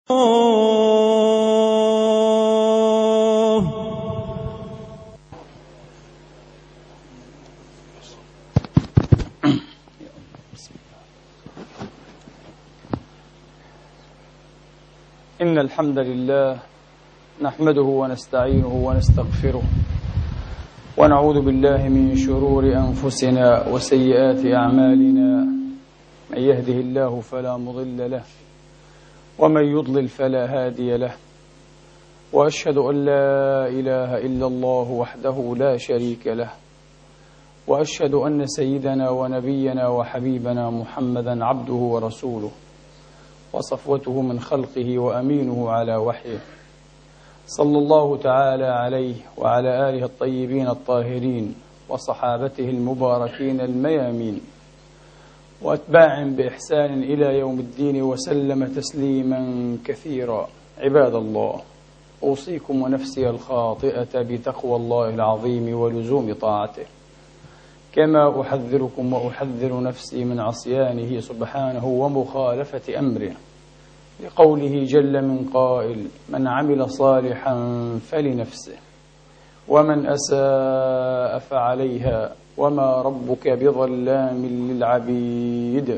إن الحمد لله نحمده ونستعينه ونستغفره ونعوذ بالله من شرور أنفسنا وسيئات أعمالنا. من يهده الله فلا مضل له ومن يضلل فلا هادي له، وأشهد أن لا إله إلا الله وحده لا شريك له، وأشهد أن سيدنا ونبينا وحبيبنا محمدا عبده ورسوله وصفوته من خلقه وأمينه على وحيه، صلى الله تعالى عليه وعلى آله الطيبين الطاهرين وصحابته المباركين الميامين وأتباع بإحسان إلى يوم الدين وسلم تسليما كثيرا. عباد الله، أوصيكم ونفسي الخاطئة بتقوى الله العظيم ولزوم طاعته، كما أحذركم وأحذر نفسي من عصيانه سبحانه ومخالفة أمره، لقوله جل من قائل: من عمل صالحا فلنفسه ومن أساء فعليها وما ربك بظلام للعبيد.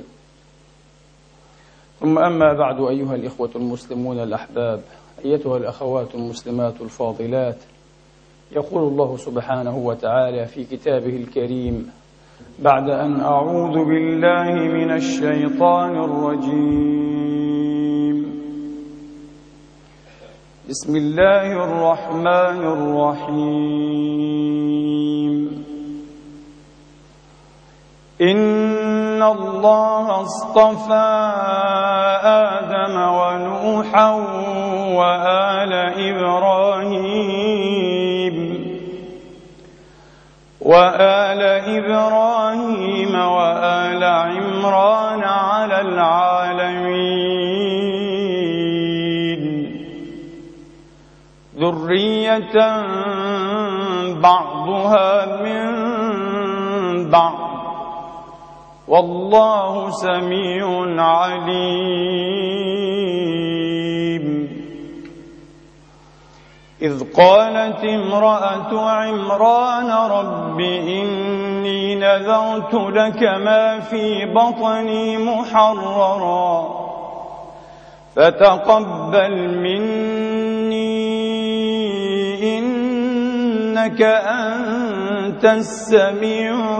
ثم أما بعد، أيها الإخوة المسلمون الأحباب، أيتها الأخوات المسلمات الفاضلات، يقول الله سبحانه وتعالى في كتابه الكريم بعد أن أعوذ بالله من الشيطان الرجيم: بسم الله الرحمن الرحيم. إن الله اصطفى آدم ونوحا وآل إبراهيم وآل عمران على العالمين، ذرية بعضها من بعض، والله سميع عليم. إذ قالت امرأة عمران: رب إني نذرت لك ما في بطني محررا فتقبل مني إنك أنت السميع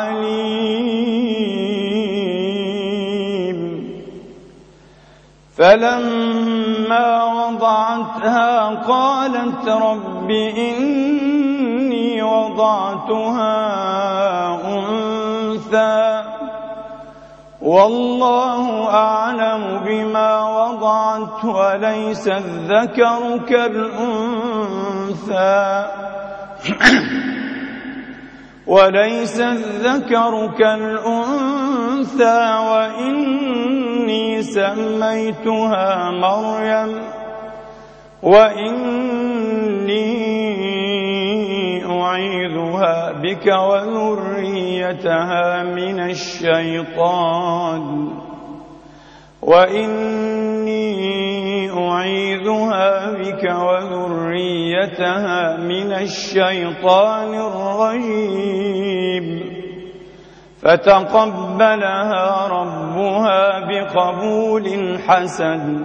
العليم. فلما وضعتها قالت: رب إني وضعتها أنثى والله أعلم بما وضعت وليس الذكر كالأنثى وإني سميتها مريم وإني أعيذها بك وذريتها من الشيطان الرجيم. فتقبلها ربها بقبول حسن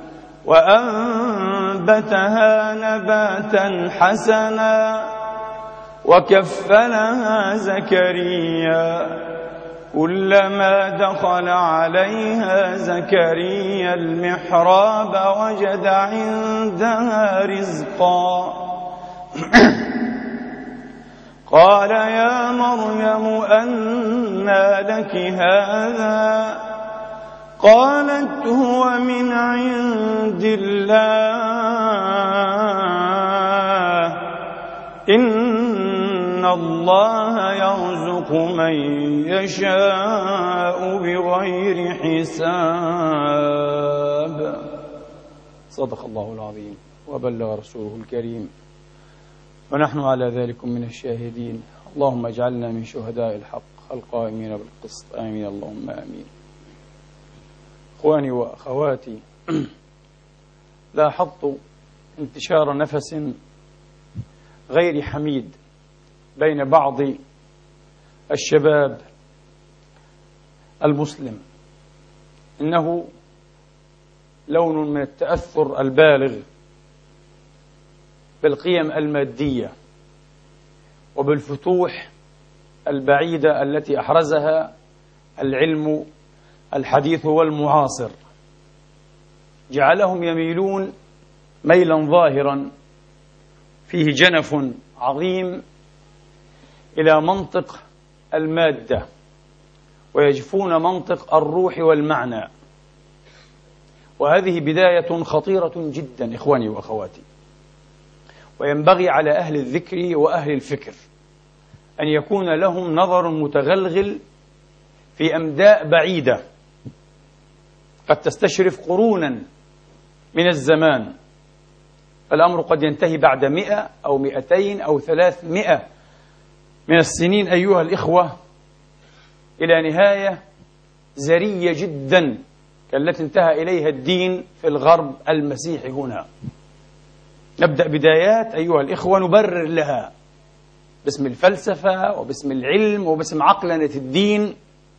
وأنبتها نباتا حسنا وكفلها زكريا. كلما دخل عليها زكريا المحراب وجد عندها رزقا قال: يا مريم أنى لك هذا؟ قالت: هو من عند الله، إن الله يرزق من يشاء بغير حساب. صدق الله العظيم وبلغ رسوله الكريم، ونحن على ذلك من الشاهدين. اللهم اجعلنا من شهداء الحق القائمين بالقسط، آمين اللهم آمين. إخواني وأخواتي، لاحظت انتشار نفس غير حميد بين بعض الشباب المسلم، إنه لون من التأثر البالغ بالقيم المادية وبالفتوح البعيدة التي أحرزها العلم الحديث والمعاصر، جعلهم يميلون ميلا ظاهرا فيه جنف عظيم إلى منطق المادة، ويجفون منطق الروح والمعنى. وهذه بداية خطيرة جدا إخواني وأخواتي، وينبغي على أهل الذكر وأهل الفكر أن يكون لهم نظر متغلغل في أمداء بعيدة قد تستشرف قرونا من الزمان. الأمر قد ينتهي بعد 100 أو 200 أو 300 من السنين أيها الإخوة إلى نهاية زرية جدا كالتي انتهى إليها الدين في الغرب المسيحي هنا. نبدأ بدايات أيها الإخوة نبرر لها باسم الفلسفة وباسم العلم وباسم عقلنة الدين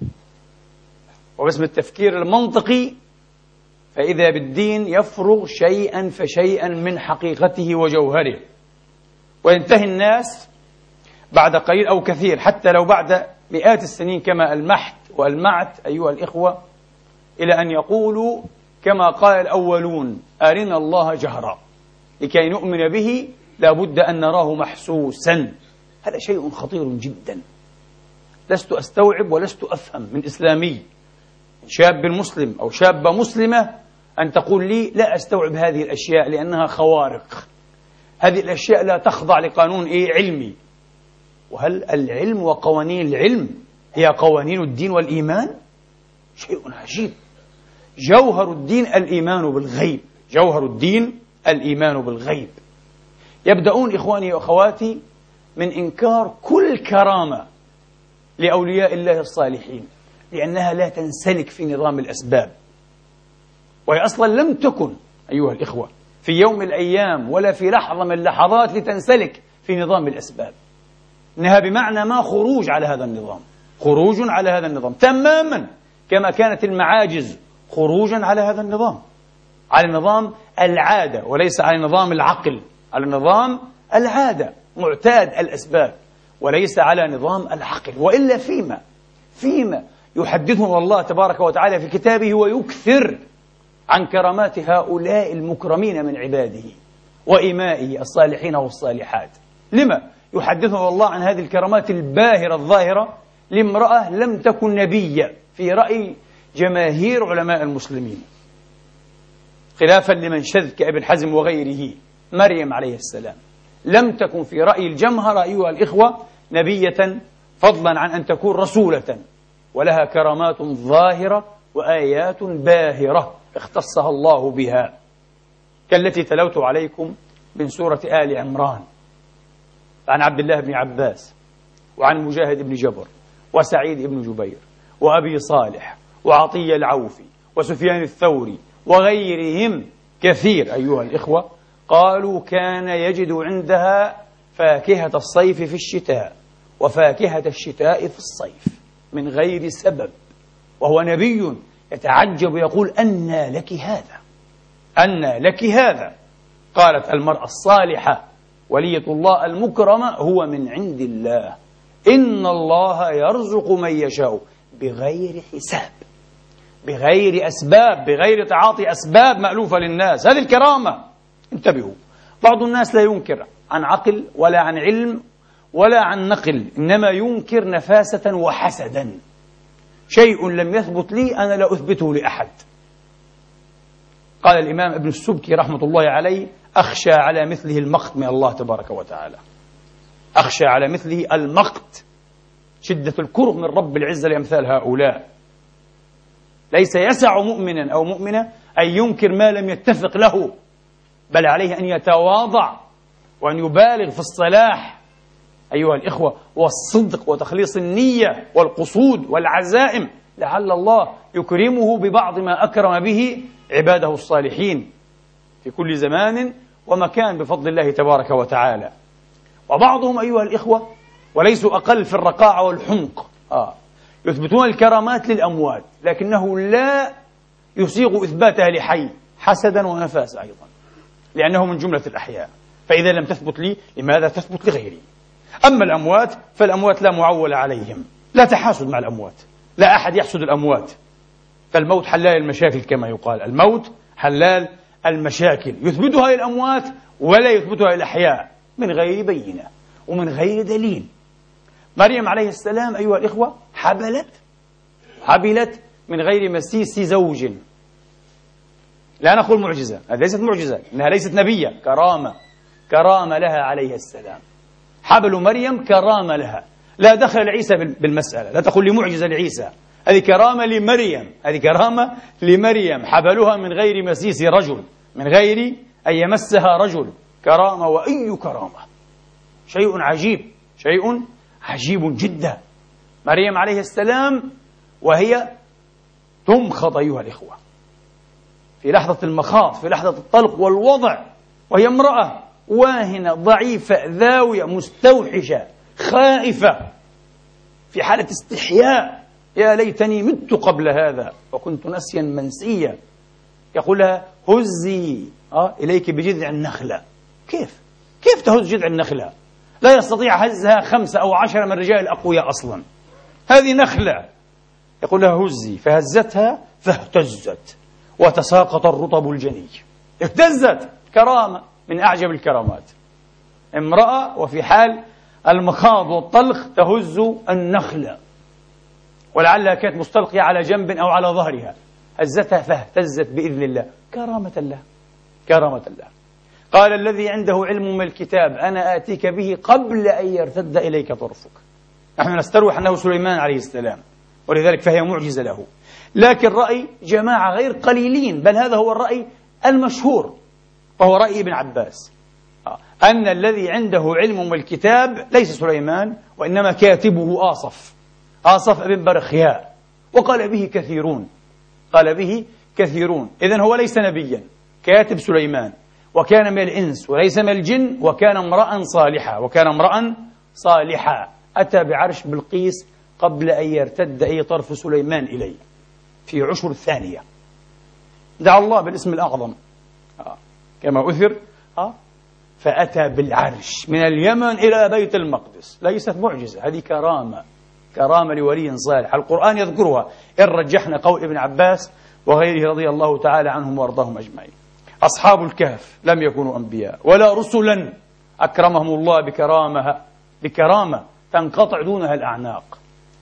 وباسم التفكير المنطقي، فإذا بالدين يفرغ شيئا فشيئا من حقيقته وجوهره، وينتهي الناس بعد قليل أو كثير حتى لو بعد مئات السنين كما ألمحت وألمعت أيها الإخوة إلى أن يقولوا كما قال الأولون: أرنا الله جهرا لكي نؤمن به لابد أن نراه محسوسا. هذا شيء خطير جدا، لست أستوعب ولست أفهم من إسلامي شاب مسلم أو شابة مسلمة أن تقول لي لا أستوعب هذه الأشياء لأنها خوارق، هذه الأشياء لا تخضع لقانون علمي. وهل العلم وقوانين العلم هي قوانين الدين والإيمان؟ شيء عجيب. جوهر الدين الإيمان بالغيب، جوهر الدين الإيمان بالغيب. يبدأون إخواني وأخواتي من إنكار كل كرامة لأولياء الله الصالحين لأنها لا تنسلك في نظام الأسباب، وهي أصلا لم تكن أيها الإخوة في يوم من الأيام ولا في لحظة من اللحظات لتنسلك في نظام الأسباب. إنها بمعنى ما خروج على هذا النظام، خروج على هذا النظام تماما كما كانت المعاجز خروجا على هذا النظام، على نظام العادة وليس على نظام العقل، على نظام العادة معتاد الأسباب وليس على نظام العقل. وإلا فيما يحدثنا الله تبارك وتعالى في كتابه ويكثر عن كرامات هؤلاء المكرمين من عباده وإمائه الصالحين والصالحات. لما يحدثنا الله عن هذه الكرامات الباهرة الظاهرة لامرأة لم تكن نبية في رأي جماهير علماء المسلمين، خلافا لمن شذ كابن حزم وغيره؟ مريم عليه السلام لم تكن في رأي الجمهرة أيها الإخوة نبية، فضلا عن أن تكون رسولة، ولها كرامات ظاهرة وآيات باهرة اختصها الله بها، كالتي تلوت عليكم من سورة آل عمران عن عبد الله بن عباس وعن مجاهد بن جبر وسعيد بن جبير وأبي صالح وعطية العوفي وسفيان الثوري وغيرهم كثير أيها الإخوة. قالوا كان يجد عندها فاكهة الصيف في الشتاء وفاكهة الشتاء في الصيف من غير سبب، وهو نبي يتعجب يقول: أنى لك هذا؟ أنى لك هذا؟ قالت المرأة الصالحة ولية الله المكرمة: هو من عند الله، إن الله يرزق من يشاء بغير حساب، بغير أسباب، بغير تعاطي أسباب مألوفة للناس. هذه الكرامة. انتبهوا، بعض الناس لا ينكر عن عقل ولا عن علم ولا عن نقل، إنما ينكر نفاسة وحسدا. شيء لم يثبت لي أنا لا أثبته لأحد. قال الإمام ابن السبكي رحمة الله عليه: أخشى على مثله المقت من الله تبارك وتعالى، أخشى على مثله المقت، شدة الكره من رب العزة لأمثال هؤلاء. ليس يسع مؤمنا أو مؤمنة أن ينكر ما لم يتفق له، بل عليه أن يتواضع وأن يبالغ في الصلاح أيها الإخوة والصدق وتخليص النية والقصود والعزائم، لعل الله يكرمه ببعض ما أكرم به عباده الصالحين في كل زمان ومكان بفضل الله تبارك وتعالى. وبعضهم أيها الإخوة وليسوا أقل في الرقاعة والحمق يثبتون الكرامات للأموات، لكنه لا يصيغ إثباتها لحي حسدا ونفاسا أيضا، لأنه من جملة الأحياء. فإذا لم تثبت لي لماذا تثبت لغيري؟ أما الأموات فالأموات لا معول عليهم، لا تحاسد مع الأموات، لا أحد يحسد الأموات، فالموت حلال المشاكل كما يقال، الموت حلال المشاكل، يثبتها للأموات ولا يثبتها للأحياء من غير بينة ومن غير دليل. مريم عليه السلام أيها الإخوة حبلت من غير مسيس زوج. لا نقول معجزة، هذه ليست معجزة، إنها ليست نبية، كرامة لها عليه السلام. حبل مريم كرامة لها، لا دخل لعيسى بالمسألة، لا تقول لي معجزة لعيسى، هذه كرامة لمريم، هذه كرامة لمريم، حبلها من غير مسيس رجل، من غير أن يمسها رجل، كرامة. وأي كرامة، شيء عجيب جدا. مريم عليه السلام وهي تمخض أيها الإخوة في لحظة المخاض، في لحظة الطلق والوضع، وهي امرأة واهنة ضعيفة ذاوية مستوحشة خائفة في حالة استحياء، يا ليتني مت قبل هذا وكنت نسيا منسيا. يقول لها هزي إليك بجذع النخلة. كيف تهز جذع النخلة؟ لا يستطيع هزها 5 أو 10 من الرجال الأقوياء أصلا، هذه نخلة. يقول لها هزي، فهزتها فاهتزت وتساقط الرطب الجني، اهتزت. كرامة من أعجب الكرامات، امرأة وفي حال المخاض والطلق تهز النخلة، ولعلها كانت مستلقية على جنب أو على ظهرها، هزتها فاهتزت بإذن الله، كرامة الله. قال الذي عنده علم من الكتاب أنا آتيك به قبل أن يرتد إليك طرفك. نحن نستروح أنه سليمان عليه السلام، ولذلك فهي معجزة له. لكن رأي جماعة غير قليلين، بل هذا هو الرأي المشهور، وهو رأي ابن عباس، أن الذي عنده علم من الكتاب ليس سليمان، وإنما كاتبه آصف ابن برخياء، وقال به كثيرون. إذن هو ليس نبيا، كاتب سليمان، وكان من الإنس وليس من الجن، وكان امرأ صالحا أتى بعرش بلقيس قبل أن يرتد أي طرف سليمان إليه في عشر الثانية. دعا الله بالاسم الأعظم كما أثر فأتى بالعرش من اليمن إلى بيت المقدس. ليست معجزة، هذه كرامة لولي صالح، القرآن يذكرها إن رجحنا قول ابن عباس وغيره رضي الله تعالى عنهم وارضاهم أجمعين. أصحاب الكهف لم يكونوا أنبياء ولا رسلا، أكرمهم الله بكرامة تنقطع دونها الأعناق.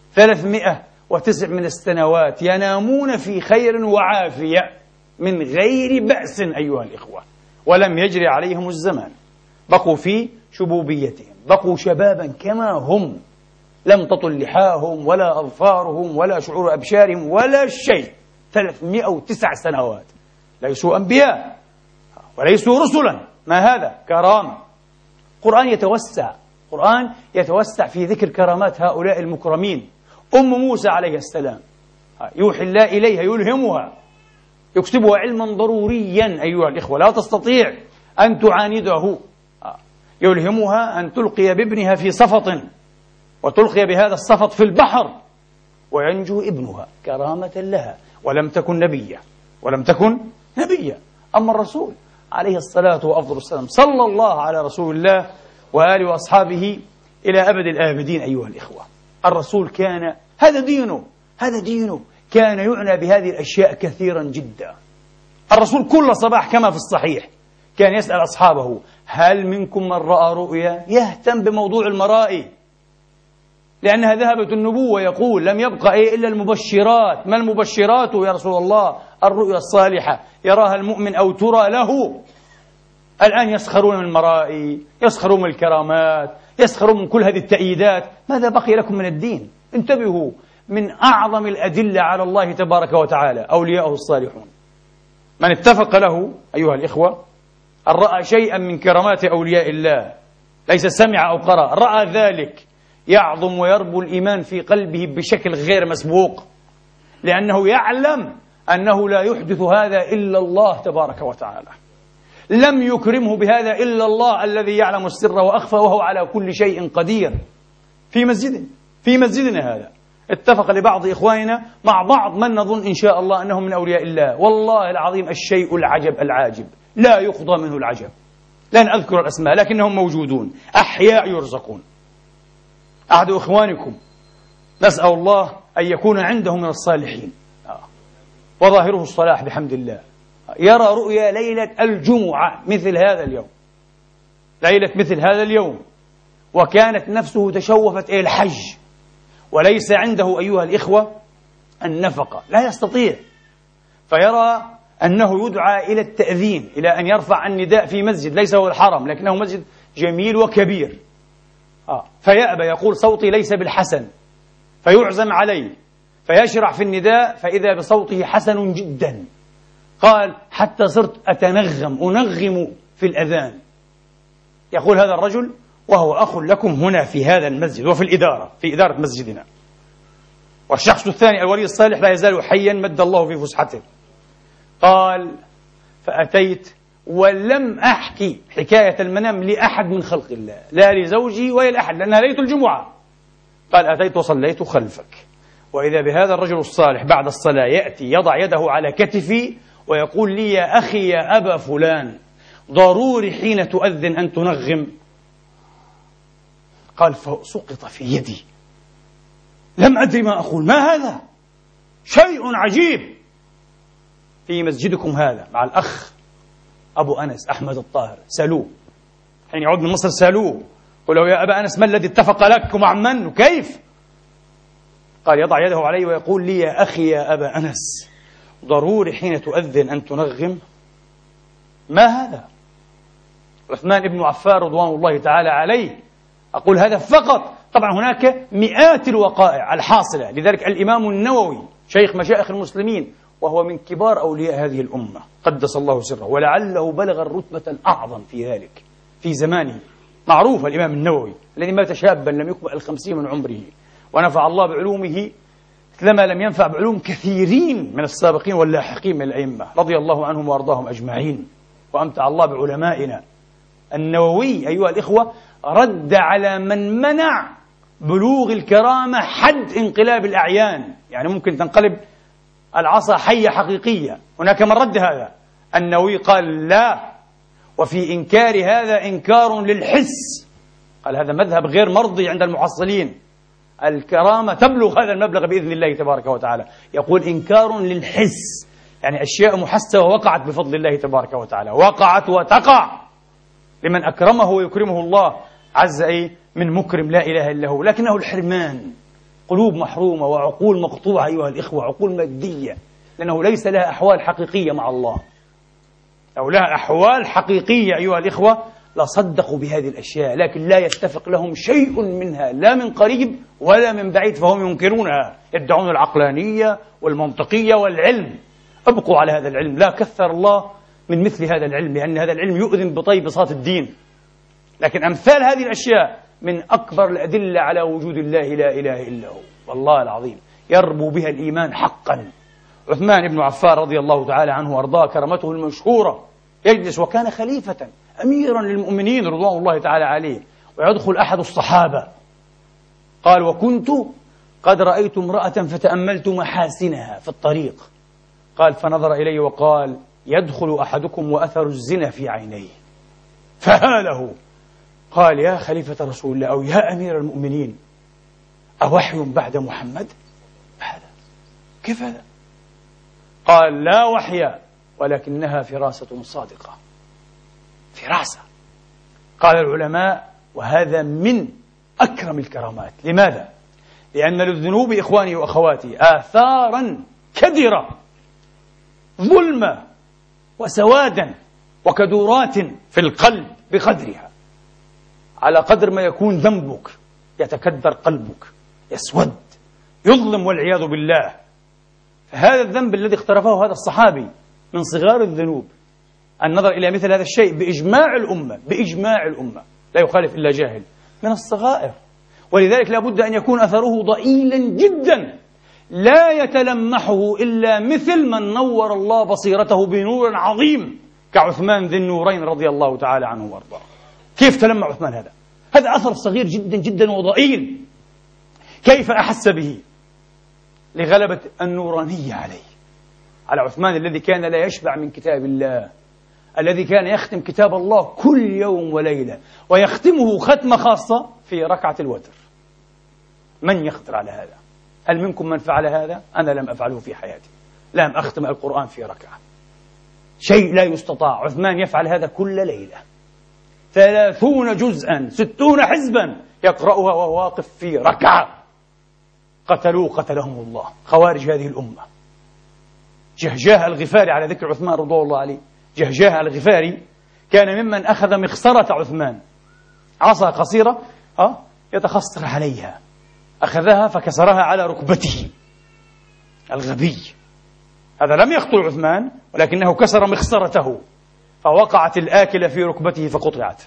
309 من السنوات ينامون في خير وعافية من غير بأس أيها الإخوة، ولم يجري عليهم الزمان، بقوا في شبوبيتهم، بقوا شبابا كما هم، لم تطل لحاهم ولا أظفارهم ولا شعور أبشارهم ولا شيء. 309 سنوات، ليسوا أنبياء وليسوا رسلا، ما هذا؟ كرامة. القرآن يتوسع في ذكر كرامات هؤلاء المكرمين. أم موسى عليه السلام يوحي الله إليها، يلهمها، يكسبها علما ضروريا أيها الإخوة، لا تستطيع أن تعانده، يلهمها أن تلقي بابنها في صفط، وتلقي بهذا الصفط في البحر وينجو ابنها، كرامة لها، ولم تكن نبيا. أما الرسول عليه الصلاة والسلام، صلى الله على رسول الله وآله وأصحابه إلى أبد الآبدين أيها الإخوة. الرسول كان هذا دينه كان يعنى بهذه الأشياء كثيرا جدا. الرسول كل صباح كما في الصحيح كان يسأل أصحابه هل منكم من رأى رؤيا؟ يهتم بموضوع المرائي، لأنها ذهبت النبوة، يقول لم يبقى إلا المبشرات. ما المبشرات يا رسول الله؟ الرؤيا الصالحة يراها المؤمن أو ترى له. الآن يسخرون من المرائي، يسخرون من الكرامات، يسخرون من كل هذه التأييدات. ماذا بقي لكم من الدين؟ انتبهوا، من أعظم الأدلة على الله تبارك وتعالى أولياءه الصالحون. من اتفق له أيها الإخوة أن رأى شيئا من كرامات أولياء الله، ليس سمع أو قرأ، رأى ذلك، يعظم ويربو الإيمان في قلبه بشكل غير مسبوق، لأنه يعلم أنه لا يحدث هذا إلا الله تبارك وتعالى. لم يكرمه بهذا إلا الله الذي يعلم السر وأخفى وهو على كل شيء قدير. في مسجدنا هذا اتفق لبعض إخواننا مع بعض من نظن إن شاء الله أنهم من أولياء الله، والله العظيم الشيء العاجب لا يقضى منه العجب. لن أذكر الأسماء لكنهم موجودون أحياء يرزقون. أحد إخوانكم نسأل الله أن يكون عنده من الصالحين وظاهره الصلاح بحمد الله، يرى رؤيا ليلة الجمعة مثل هذا اليوم، وكانت نفسه تشوفت إلى الحج وليس عنده أيها الإخوة النفقة، لا يستطيع، فيرى أنه يدعى إلى التأذين، إلى أن يرفع النداء في مسجد ليس هو الحرم لكنه مسجد جميل وكبير، فيأبى، يقول صوتي ليس بالحسن، فيعزم عليه، فيشرع في النداء فإذا بصوته حسن جدا. قال حتى صرت أنغم في الأذان. يقول هذا الرجل وهو أخ لكم هنا في هذا المسجد وفي في إدارة مسجدنا، والشخص الثاني الولي الصالح لا يزال حيا مد الله في فسحته. قال فأتيت ولم أحكي حكاية المنام لأحد من خلق الله، لا لزوجي ولا لأحد، لأنها ليلة الجمعة. قال أتيت وصليت خلفك، وإذا بهذا الرجل الصالح بعد الصلاة يأتي يضع يده على كتفي ويقول لي يا أخي يا أبا فلان ضروري حين تؤذن أن تنغم. قال فسقط في يدي، لم أدري ما أقول، ما هذا؟ شيء عجيب. في مسجدكم هذا مع الأخ أبو أنس أحمد الطاهر سألوه حين يعود من مصر، سألوه قالوا يا أبا أنس ما الذي اتفق لك ومع من وكيف؟ قال يضع يده علي ويقول لي يا أخي يا أبا أنس ضروري حين تؤذن أن تنغم. ما هذا؟ عثمان بن عفان رضوان الله تعالى عليه. أقول هذا فقط، طبعا هناك مئات الوقائع الحاصلة. لذلك الإمام النووي شيخ مشايخ المسلمين وهو من كبار أولياء هذه الأمة قدس الله سره، ولعله بلغ الرتبة الأعظم في ذلك في زمانه. معروف الإمام النووي الذي مات شابا لم يكمل 50 من عمره، ونفع الله بعلومه مثلما لم ينفع بعلوم كثيرين من السابقين واللاحقين من الأئمة رضي الله عنهم وأرضاهم أجمعين، وأمتع الله بعلمائنا. النووي أيها الإخوة رد على من منع بلوغ الكرامة حد انقلاب الأعيان، يعني ممكن تنقلب العصا حية حقيقية، هناك من رد هذا. النووي قال لا، وفي إنكار هذا إنكار للحس، قال هذا مذهب غير مرضي عند المحصلين، الكرامة تبلغ هذا المبلغ بإذن الله تبارك وتعالى. يقول إنكار للحس، يعني أشياء محسة ووقعت بفضل الله تبارك وتعالى، وقعت وتقع لمن أكرمه ويكرمه الله عز من مكرم لا إله إلا هو، لكنه الحرمان، قلوب محرومة وعقول مقطوعة أيها الإخوة، عقول مادية، لأنه ليس لها أحوال حقيقية مع الله. لو لها أحوال حقيقية أيها الإخوة لصدقوا بهذه الأشياء، لكن لا يتفق لهم شيء منها لا من قريب ولا من بعيد، فهم ينكرونها، يدعون العقلانية والمنطقية والعلم. ابقوا على هذا العلم، لا كثر الله من مثل هذا العلم، لأن هذا العلم يؤذن بطيب بساط الدين. لكن أمثال هذه الأشياء من أكبر الأدلة على وجود الله لا إله إلا هو، والله العظيم يربو بها الإيمان حقا. عثمان بن عفان رضي الله تعالى عنه وأرضاه كرامته المشهورة يجلس، وكان خليفة أميرا للمؤمنين رضوان الله تعالى عليه، ويدخل أحد الصحابة قال وكنت قد رأيت امرأة فتأملت محاسنها في الطريق، قال فنظر إلي وقال يدخل أحدكم وأثر الزنا في عينيه، فهاله قال يا خليفة رسول الله أو يا أمير المؤمنين أوحي بعد محمد؟ هذا كيف هذا؟ قال لا وحي ولكنها فراسة صادقة، فراسة. قال العلماء وهذا من أكرم الكرامات. لماذا؟ لأن للذنوب إخواني وأخواتي آثارا كدرة، ظلمة وسوادا وكدورات في القلب بقدرها، على قدر ما يكون ذنبك يتكدر قلبك، يسود، يظلم والعياذ بالله. فهذا الذنب الذي اقترفه هذا الصحابي من صغار الذنوب، النظر إلى مثل هذا الشيء بإجماع الأمة لا يخالف إلا جاهل، من الصغائر، ولذلك لا بد أن يكون أثره ضئيلا جدا لا يتلمحه إلا مثل من نور الله بصيرته بنور عظيم كعثمان ذي النورين رضي الله تعالى عنه وارضاه. كيف تلمع عثمان هذا؟ هذا أثر صغير جدا جدا وضئيل، كيف أحس به لغلبة النورانية على عثمان الذي كان لا يشبع من كتاب الله، الذي كان يختم كتاب الله كل يوم وليلة، ويختمه ختمة خاصة في ركعة الوتر. من يقدر على هذا؟ هل منكم من فعل هذا؟ أنا لم أفعله في حياتي، لم أختم القرآن في ركعة، شيء لا يستطاع. عثمان يفعل هذا كل ليلة، 30 جزءا 60 حزبا يقرأها وهو واقف في ركعة. قتلهم الله خوارج هذه الأمة. جهجاه الغفاري، على ذكر عثمان رضي الله عليه، جهجاه الغفاري كان ممن أخذ مخصرة عثمان، عصا قصيرة يتخصر عليها، أخذها فكسرها على ركبته. الغبي هذا لم يقتل عثمان، ولكنه كسر مخصرته فوقعت الآكلة في ركبته فقطعت.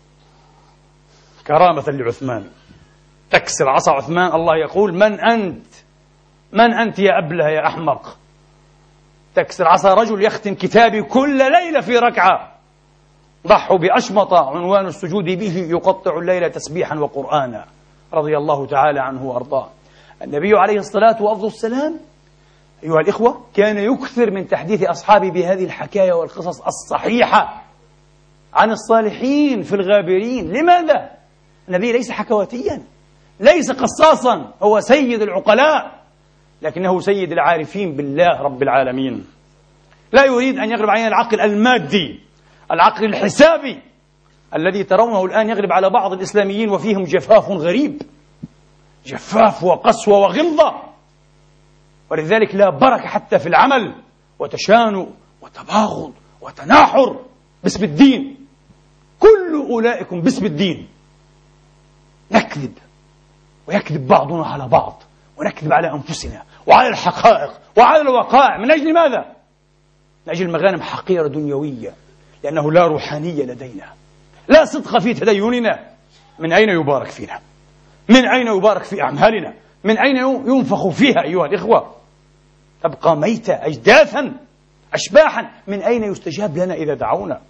كرامة لعثمان، تكسر عصا عثمان. الله يقول: من أنت؟ من أنت يا أبله يا أحمق؟ تكسر عصا رجل يختم كتابي كل ليلة في ركعة. ضحوا بأشمطة عنوان السجود به يقطع الليل تسبيحا وقرآنا، رضي الله تعالى عنه وأرضاه. النبي عليه الصلاة والسلام أيها الإخوة كان يكثر من تحديث أصحابه بهذه الحكاية والقصص الصحيحة عن الصالحين في الغابرين. لماذا؟ النبي ليس حكواتيا، ليس قصاصا، هو سيد العقلاء، لكنه سيد العارفين بالله رب العالمين. لا يريد أن يغلب علينا العقل المادي، العقل الحسابي الذي ترونه الآن يغلب على بعض الإسلاميين، وفيهم جفاف غريب، جفاف وقسوة وغلظة، ولذلك لا بركة حتى في العمل، وتشانؤ وتباغض وتناحر باسم الدين. كل أولئكم باسم الدين نكذب، ويكذب بعضنا على بعض، ونكذب على أنفسنا وعلى الحقائق وعلى الوقائع. من أجل ماذا؟ من أجل مغانم حقيرة دنيوية، لأنه لا روحانية لدينا، لا صدق في تديننا. من أين يبارك فينا؟ من أين يبارك في أعمالنا؟ من أين ينفخ فيها أيها الإخوة؟ تبقى ميتة أجداثا أشباحا. من أين يستجاب لنا إذا دعونا؟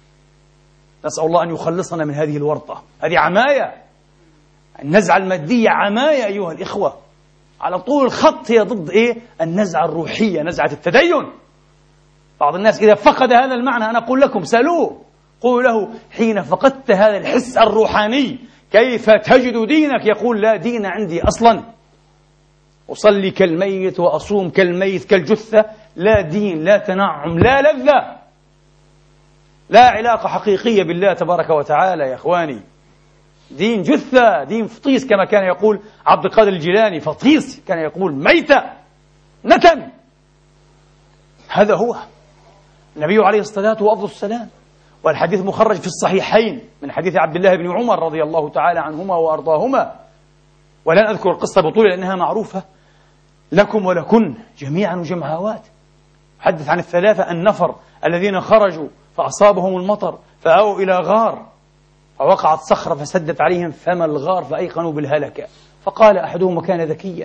نسأل الله أن يخلصنا من هذه الورطة. هذه عماية، النزعة المادية عماية أيها الإخوة، على طول الخط هي ضد النزعة الروحية، نزعة التدين. بعض الناس إذا فقد هذا المعنى، أنا أقول لكم سألوه، قولوا له: حين فقدت هذا الحس الروحاني كيف تجد دينك؟ يقول: لا دين عندي أصلا، أصلي كالميت وأصوم كالميت كالجثة، لا دين، لا تنعم، لا لذة، لا علاقة حقيقية بالله تبارك وتعالى يا إخواني. دين جثة، دين فطيس، كما كان يقول عبد القادر الجيلاني، فطيس، كان يقول ميتة نتن. هذا هو النبي عليه الصلاة والسلام. والحديث مخرج في الصحيحين من حديث عبد الله بن عمر رضي الله تعالى عنهما وأرضاهما، ولن أذكر القصة بطولة لأنها معروفة لكم ولكن جميعا وجمعوات. حدث عن الثلاثة النفر الذين خرجوا فأصابهم المطر فأووا إلى غار، فوقعت صخرة فسدت عليهم فم الغار فأيقنوا بالهلكة. فقال أحدهم وكان ذكيا: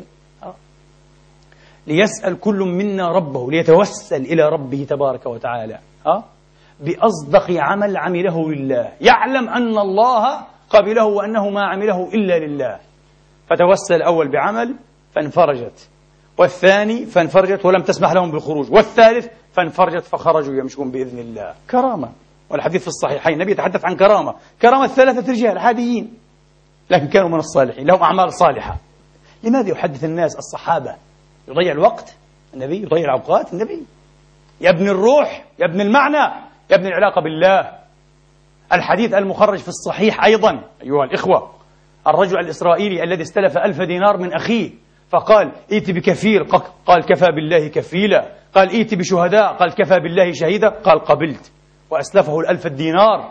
ليسأل كل منا ربه، ليتوسل إلى ربه تبارك وتعالى بأصدق عمل عمله لله، يعلم أن الله قبله وأنه ما عمله إلا لله. فتوسل الأول بعمل فانفرجت، والثاني فانفرجت ولم تسمح لهم بالخروج، والثالث فانفرجت فخرجوا يمشون بإذن الله. كرامة، والحديث في الصحيحين. النبي يتحدث عن كرامة 3 رجال عاديين لكن كانوا من الصالحين، لهم أعمال صالحة. لماذا يحدث الناس الصحابة؟ يضيع الوقت النبي، يضيع الأوقات النبي، يبني الروح، يبني المعنى، يبني العلاقة بالله. الحديث المخرج في الصحيح أيضا أيها الإخوة، الرجل الإسرائيلي الذي استلف 1000 دينار من أخيه، فقال: ائت بكفيل، قال: كفى بالله كفيلا. قال: ائت بشهداء، قال: كفى بالله شهيدا. قال: قبلت. وأسلفه 1000 دينار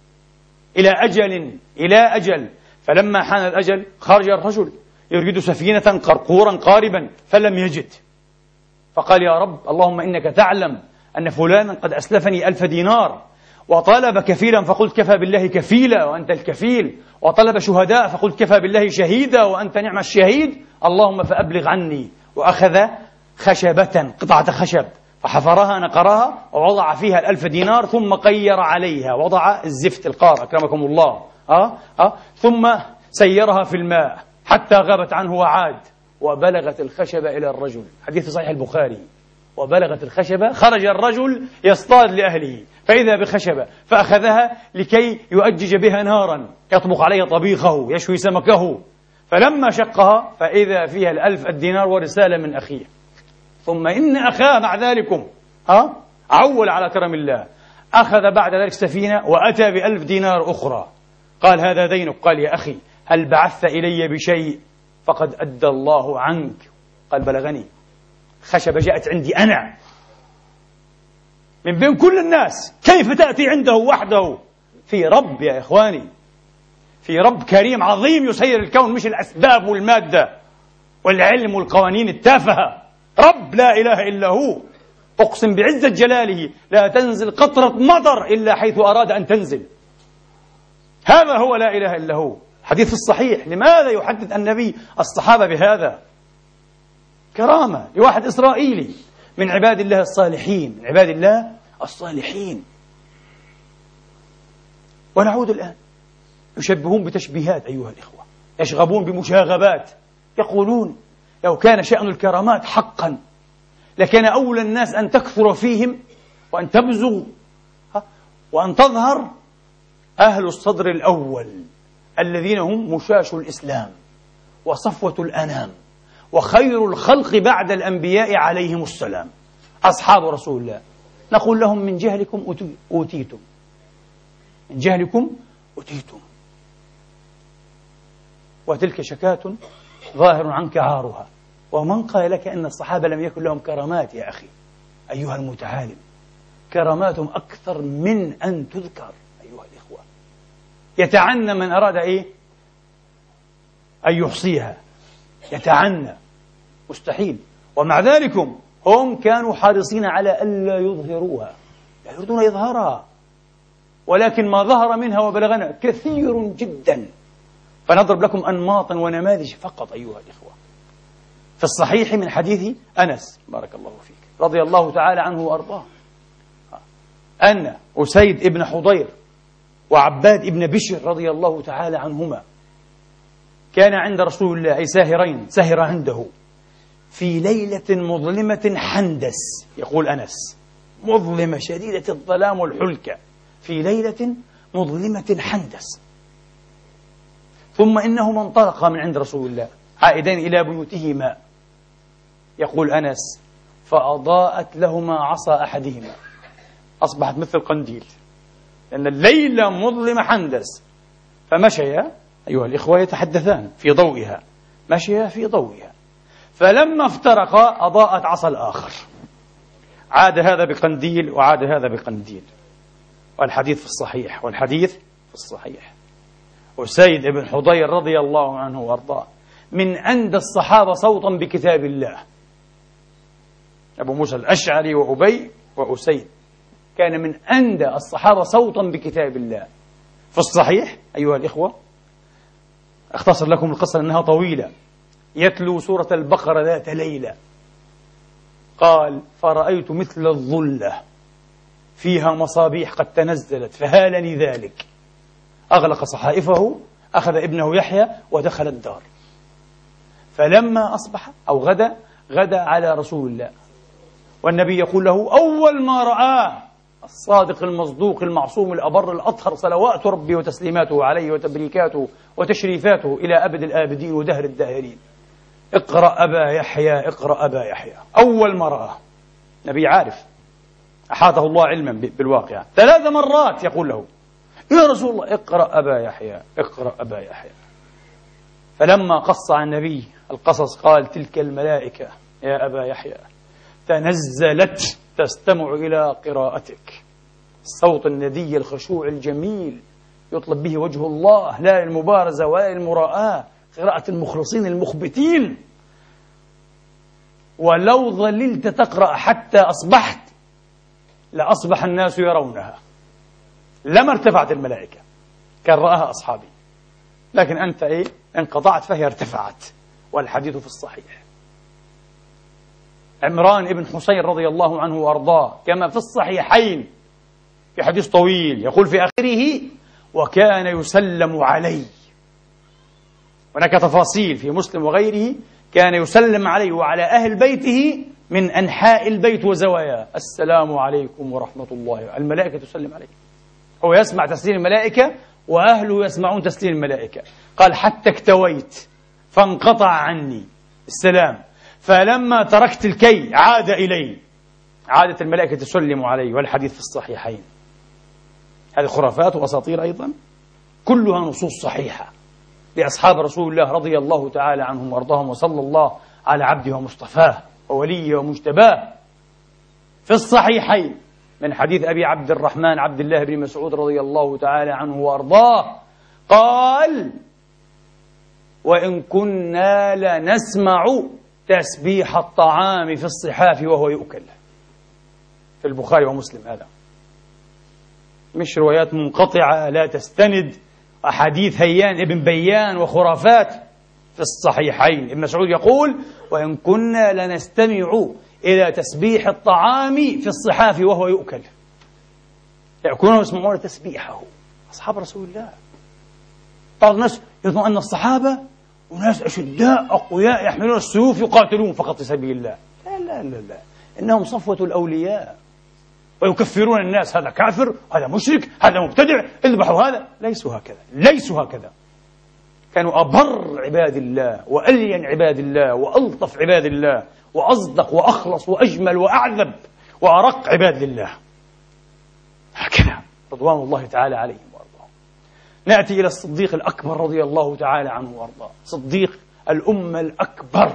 إلى أجل. فلما حان الأجل خرج الرجل يريد سفينة قرقورا قاربا فلم يجد، فقال: يا رب، اللهم إنك تعلم أن فلانا قد أسلفني 1000 دينار، وطلب كفيلا فقلت كفى بالله كفيلا وأنت الكفيل، وطلب شهداء فقلت كفى بالله شهيدا وأنت نعم الشهيد، اللهم فأبلغ عني. وأخذ خشبة، قطعة خشب، فحفرها نقرها ووضع فيها 1000 دينار ثم قير عليها، وضع الزفت القار أكرمكم الله ثم سيرها في الماء حتى غابت عنه وعاد، وبلغت الخشبة إلى الرجل. حديث صحيح البخاري. وبلغت الخشبة، خرج الرجل يصطاد لأهله فإذا بخشبة فأخذها لكي يؤجج بها نارا يطبخ عليها طبيخه يشوي سمكه، فلما شقها فإذا فيها 1000 دينار ورسالة من أخيه. ثم إن أخاه مع ذلكم عول على كرم الله، أخذ بعد ذلك سفينة وأتى ب1000 دينار أخرى. قال هذا دينك. قال يا أخي هل بعثت إلي بشيء فقد أدى الله عنك؟ قال بلغني. خشبة جاءت عندي أنا من بين كل الناس، كيف تأتي عنده وحده؟ في رب يا إخواني، في رب كريم عظيم يسير الكون، مش الأسباب والمادة والعلم والقوانين التافهة. رب لا إله إلا هو. أقسم بعزة جلاله لا تنزل قطرة مطر إلا حيث أراد أن تنزل. هذا هو لا إله إلا هو. حديث الصحيح. لماذا يحدث النبي الصحابة بهذا؟ كرامة لواحد إسرائيلي من عباد الله الصالحين، من عباد الله الصالحين. ونعود الآن، يشبهون بتشبيهات أيها الإخوة، يشغبون بمشاغبات، يقولون لو كان شأن الكرامات حقا لكان أولى الناس أن تكثر فيهم وأن تبزغ وأن تظهر أهل الصدر الأول الذين هم مشاش الإسلام وصفوة الأنام وخير الخلق بعد الأنبياء عليهم السلام، أصحاب رسول الله. نقول لهم من جهلكم أوتيتم، من جهلكم أوتيتم، وتلك شكاة ظاهر عنك عارها. ومن قال لك أن الصحابة لم يكن لهم كرامات يا أخي أيها المتعالم؟ كراماتهم أكثر من أن تذكر أيها الإخوة. يتعنى من أراد أن يحصيها، يتعنى، مستحيل. ومع ذلك هم كانوا حريصين على ألا يظهروها، لا يريدون إظهارها، ولكن ما ظهر منها وبلغنا كثير جدا. فنضرب لكم أنماطا ونماذج فقط أيها الإخوة. في الصحيح من حديث أنس بارك الله فيك رضي الله تعالى عنه وأرضاه أن أسيد ابن حضير وعباد ابن بشر رضي الله تعالى عنهما كان عند رسول الله، أي ساهرين، سهر عنده في ليلة مظلمة حندس. يقول أنس مظلمة شديدة الظلام والحلكة، في ليلة مظلمة حندس. ثم إنهما انطلقا من عند رسول الله عائدين إلى بيوتهما. يقول أنس فأضاءت لهما عصا أحدهما، أصبحت مثل قنديل لأن الليلة مظلمة حندس. فمشيا أيها الإخوة يتحدثان في ضوئها، مشيا في ضوئها، فلما افترقا أضاءت عصا الآخر، عاد هذا بقنديل وعاد هذا بقنديل. والحديث في الصحيح، والحديث في الصحيح. أسيد بن حضير رضي الله عنه وارضاه من أندى الصحابة صوتا بكتاب الله. أبو موسى الأشعري وأبي وأسيد كان من أندى الصحابة صوتا بكتاب الله. في الصحيح أيها الإخوة، أختصر لكم القصة لأنها طويلة، يتلو سورة البقرة ذات ليلة، قال فرأيت مثل الظلة فيها مصابيح قد تنزلت فهالني ذلك. أغلق صحائفه، أخذ ابنه يحيى ودخل الدار. فلما أصبح أو غدا على رسول الله، والنبي يقول له أول ما رآه الصادق المصدوق المعصوم الأبر الأطهر صلوات ربي وتسليماته عليه وتبريكاته وتشريفاته إلى أبد الآبدين ودهر الداهرين، اقرأ أبا يحيى، اقرأ أبا يحيى. أول ما رآه نبي عارف، أحاطه الله علما بالواقع، 3 مرات يقول له يا رسول الله اقرأ أبا يحيى، اقرأ أبا يحيى. فلما قص عن النبي القصص قال تلك الملائكة يا أبا يحيى تنزلت تستمع إلى قراءتك، الصوت الندي الخشوع الجميل يطلب به وجه الله، لا المبارزة ولا المراءة، قراءة المخلصين المخبتين. ولو ظللت تقرأ حتى أصبحت لأصبح الناس يرونها، لما ارتفعت الملائكة، كان رآها أصحابي، لكن أنت انقطعت فهي ارتفعت. والحديث في الصحيح. عمران بن حسين رضي الله عنه وأرضاه كما في الصحيحين في حديث طويل يقول في آخره: وكان يسلم علي. هناك تفاصيل في مسلم وغيره: كان يسلم عليه وعلى أهل بيته من أنحاء البيت وزواياه: السلام عليكم ورحمة الله. الملائكة تسلم عليه، هو يسمع تسليم الملائكة وأهله يسمعون تسليم الملائكة. قال: حتى اكتويت فانقطع عني السلام، فلما تركت الكي عاد إلي، عادت الملائكة تسلم علي، والحديث في الصحيحين. هذه خرافات وأساطير أيضا كلها نصوص صحيحة لأصحاب رسول الله رضي الله تعالى عنهم وأرضاهم، وصلى الله على عبده ومصطفاه ووليه ومجتباه. في الصحيحين من حديث أبي عبد الرحمن عبد الله بن مسعود رضي الله تعالى عنه وأرضاه قال: وإن كنا لنسمع تسبيح الطعام في الصحاف وهو يؤكل. في البخاري ومسلم، هذا مش روايات منقطعة لا تستند، أحاديث هيان ابن بيان وخرافات في الصحيحين. ابن مسعود يقول: وإن كنا لنستمع إلى تسبيح الطعام في الصحاف وهو يؤكل. يأكلون ويسمعون تسبيحه أصحاب رسول الله. بعض الناس يظن أن الصحابة وناس أشداء أقوياء يحملون السيوف يقاتلون فقط في سبيل الله. لا لا لا لا، إنهم صفوة الأولياء، ويكفرون الناس: هذا كافر، هذا مشرك، هذا مبتدع، اذبحوا هذا. ليسوا هكذا، ليسوا هكذا. كانوا أبر عباد الله وألين عباد الله وألطف عباد الله وأصدق وأخلص وأجمل وأعذب وأرق عباد الله. هكذا رضوان الله تعالى عليهم وأرضاهم. نأتي إلى الصديق الأكبر رضي الله تعالى عنه وأرضاه، صديق الأمة الأكبر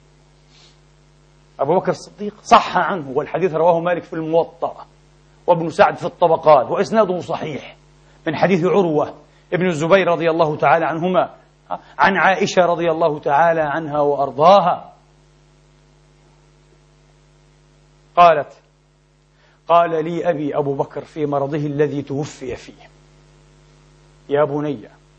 أبو بكر الصديق. صح عنه، والحديث رواه مالك في الموطأ وابن سعد في الطبقات، وإسناده صحيح، من حديث عروة ابن الزبير رضي الله تعالى عنهما عن عائشة رضي الله تعالى عنها وأرضاها قالت: قال لي أبي أبو بكر في مرضه الذي توفي فيه: يا بني،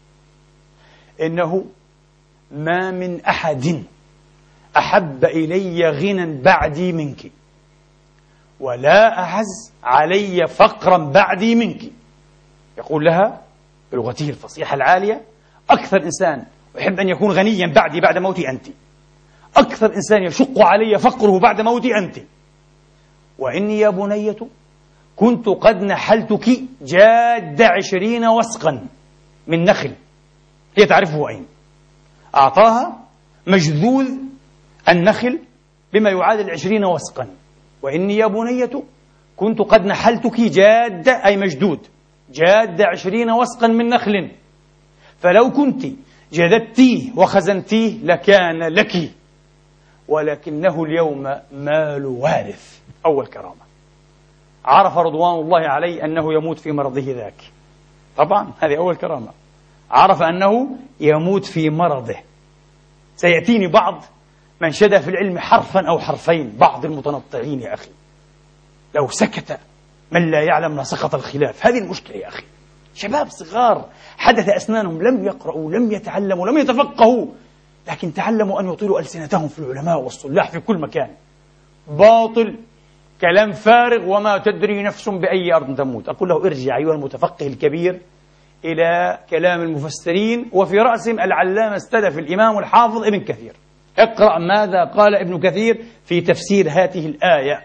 إنه ما من أحد أحب إلي غنى بعدي منك، ولا أعز علي فقرا بعدي منك. يقول لها بلغته الفصيحة العالية: أكثر إنسان يحب أن يكون غنيا بعدي بعد موتي أنت، أكثر إنسان يشق علي فقره بعد موتي أنت. وإني يا بنية كنت قد نحلتك جاد 20 وسقا من نخل، هي تعرفه أين، أعطاها مجذوذ النخل بما يعادل 20 وسقا. وإني يا بنية كنت قد نحلتك جاد، أي مجدود، جاد 20 وسقا من نخل، فلو كنت جددتيه وخزنتيه لكان لك، ولكنه اليوم مال وارث. أول كرامة. عرف رضوان الله عليه أنه يموت في مرضه ذاك، طبعا هذه أول كرامة. عرف أنه يموت في مرضه. سيأتيني بعض من شدى في العلم حرفا أو حرفين، بعض المتنطعين يا أخي، لو سكت من لا يعلم لسقط الخلاف. هذه المشكلة يا أخي، شباب صغار حدث أسنانهم، لم يقرأوا، لم يتعلموا، لم يتفقهوا، لكن تعلموا أن يطيلوا ألسنتهم في العلماء والصلاح في كل مكان. باطل، كلام فارغ، وما تدري نفس بأي أرض تموت. أقول له: ارجع أيها المتفقه الكبير إلى كلام المفسرين، وفي رأسهم العلامة السلف الإمام الحافظ ابن كثير. اقرأ ماذا قال ابن كثير في تفسير هذه الآية.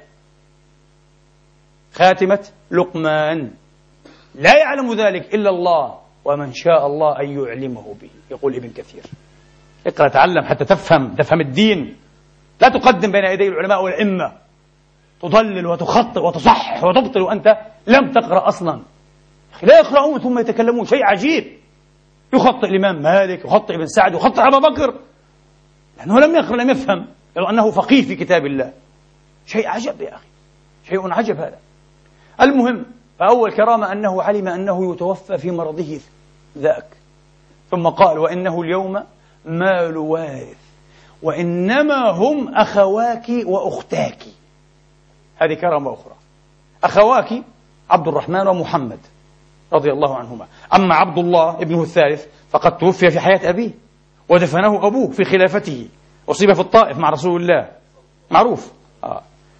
خاتمة لقمان: لا يعلم ذلك إلا الله، ومن شاء الله أن يعلمه به. يقول ابن كثير. اقرأ، تعلم حتى تفهم الدين. لا تقدم بين يدي العلماء والأئمة، تضلل وتخطئ وتصحح وتبطل وأنت لم تقرأ أصلا. لا يقرؤون ثم يتكلمون، شيء عجيب. يخطئ الإمام مالك، يخطئ ابن سعد، يخطئ أبا بكر، لأنه لم يقرأ، لم يفهم، لو أنه فقيه في كتاب الله. شيء عجب يا أخي، شيء عجب هذا. المهم، فأول كرامة أنه علم أنه يتوفى في مرضه ذاك، ثم قال: وإنه اليوم مال وارث، وإنما هم أخواك وأختاك. هذه كرامة أخرى. أخواك عبد الرحمن ومحمد رضي الله عنهما. أما عبد الله ابنه الثالث فقد توفي في حياة أبيه، ودفنه أبوه في خلافته، أصيب في الطائف مع رسول الله، معروف.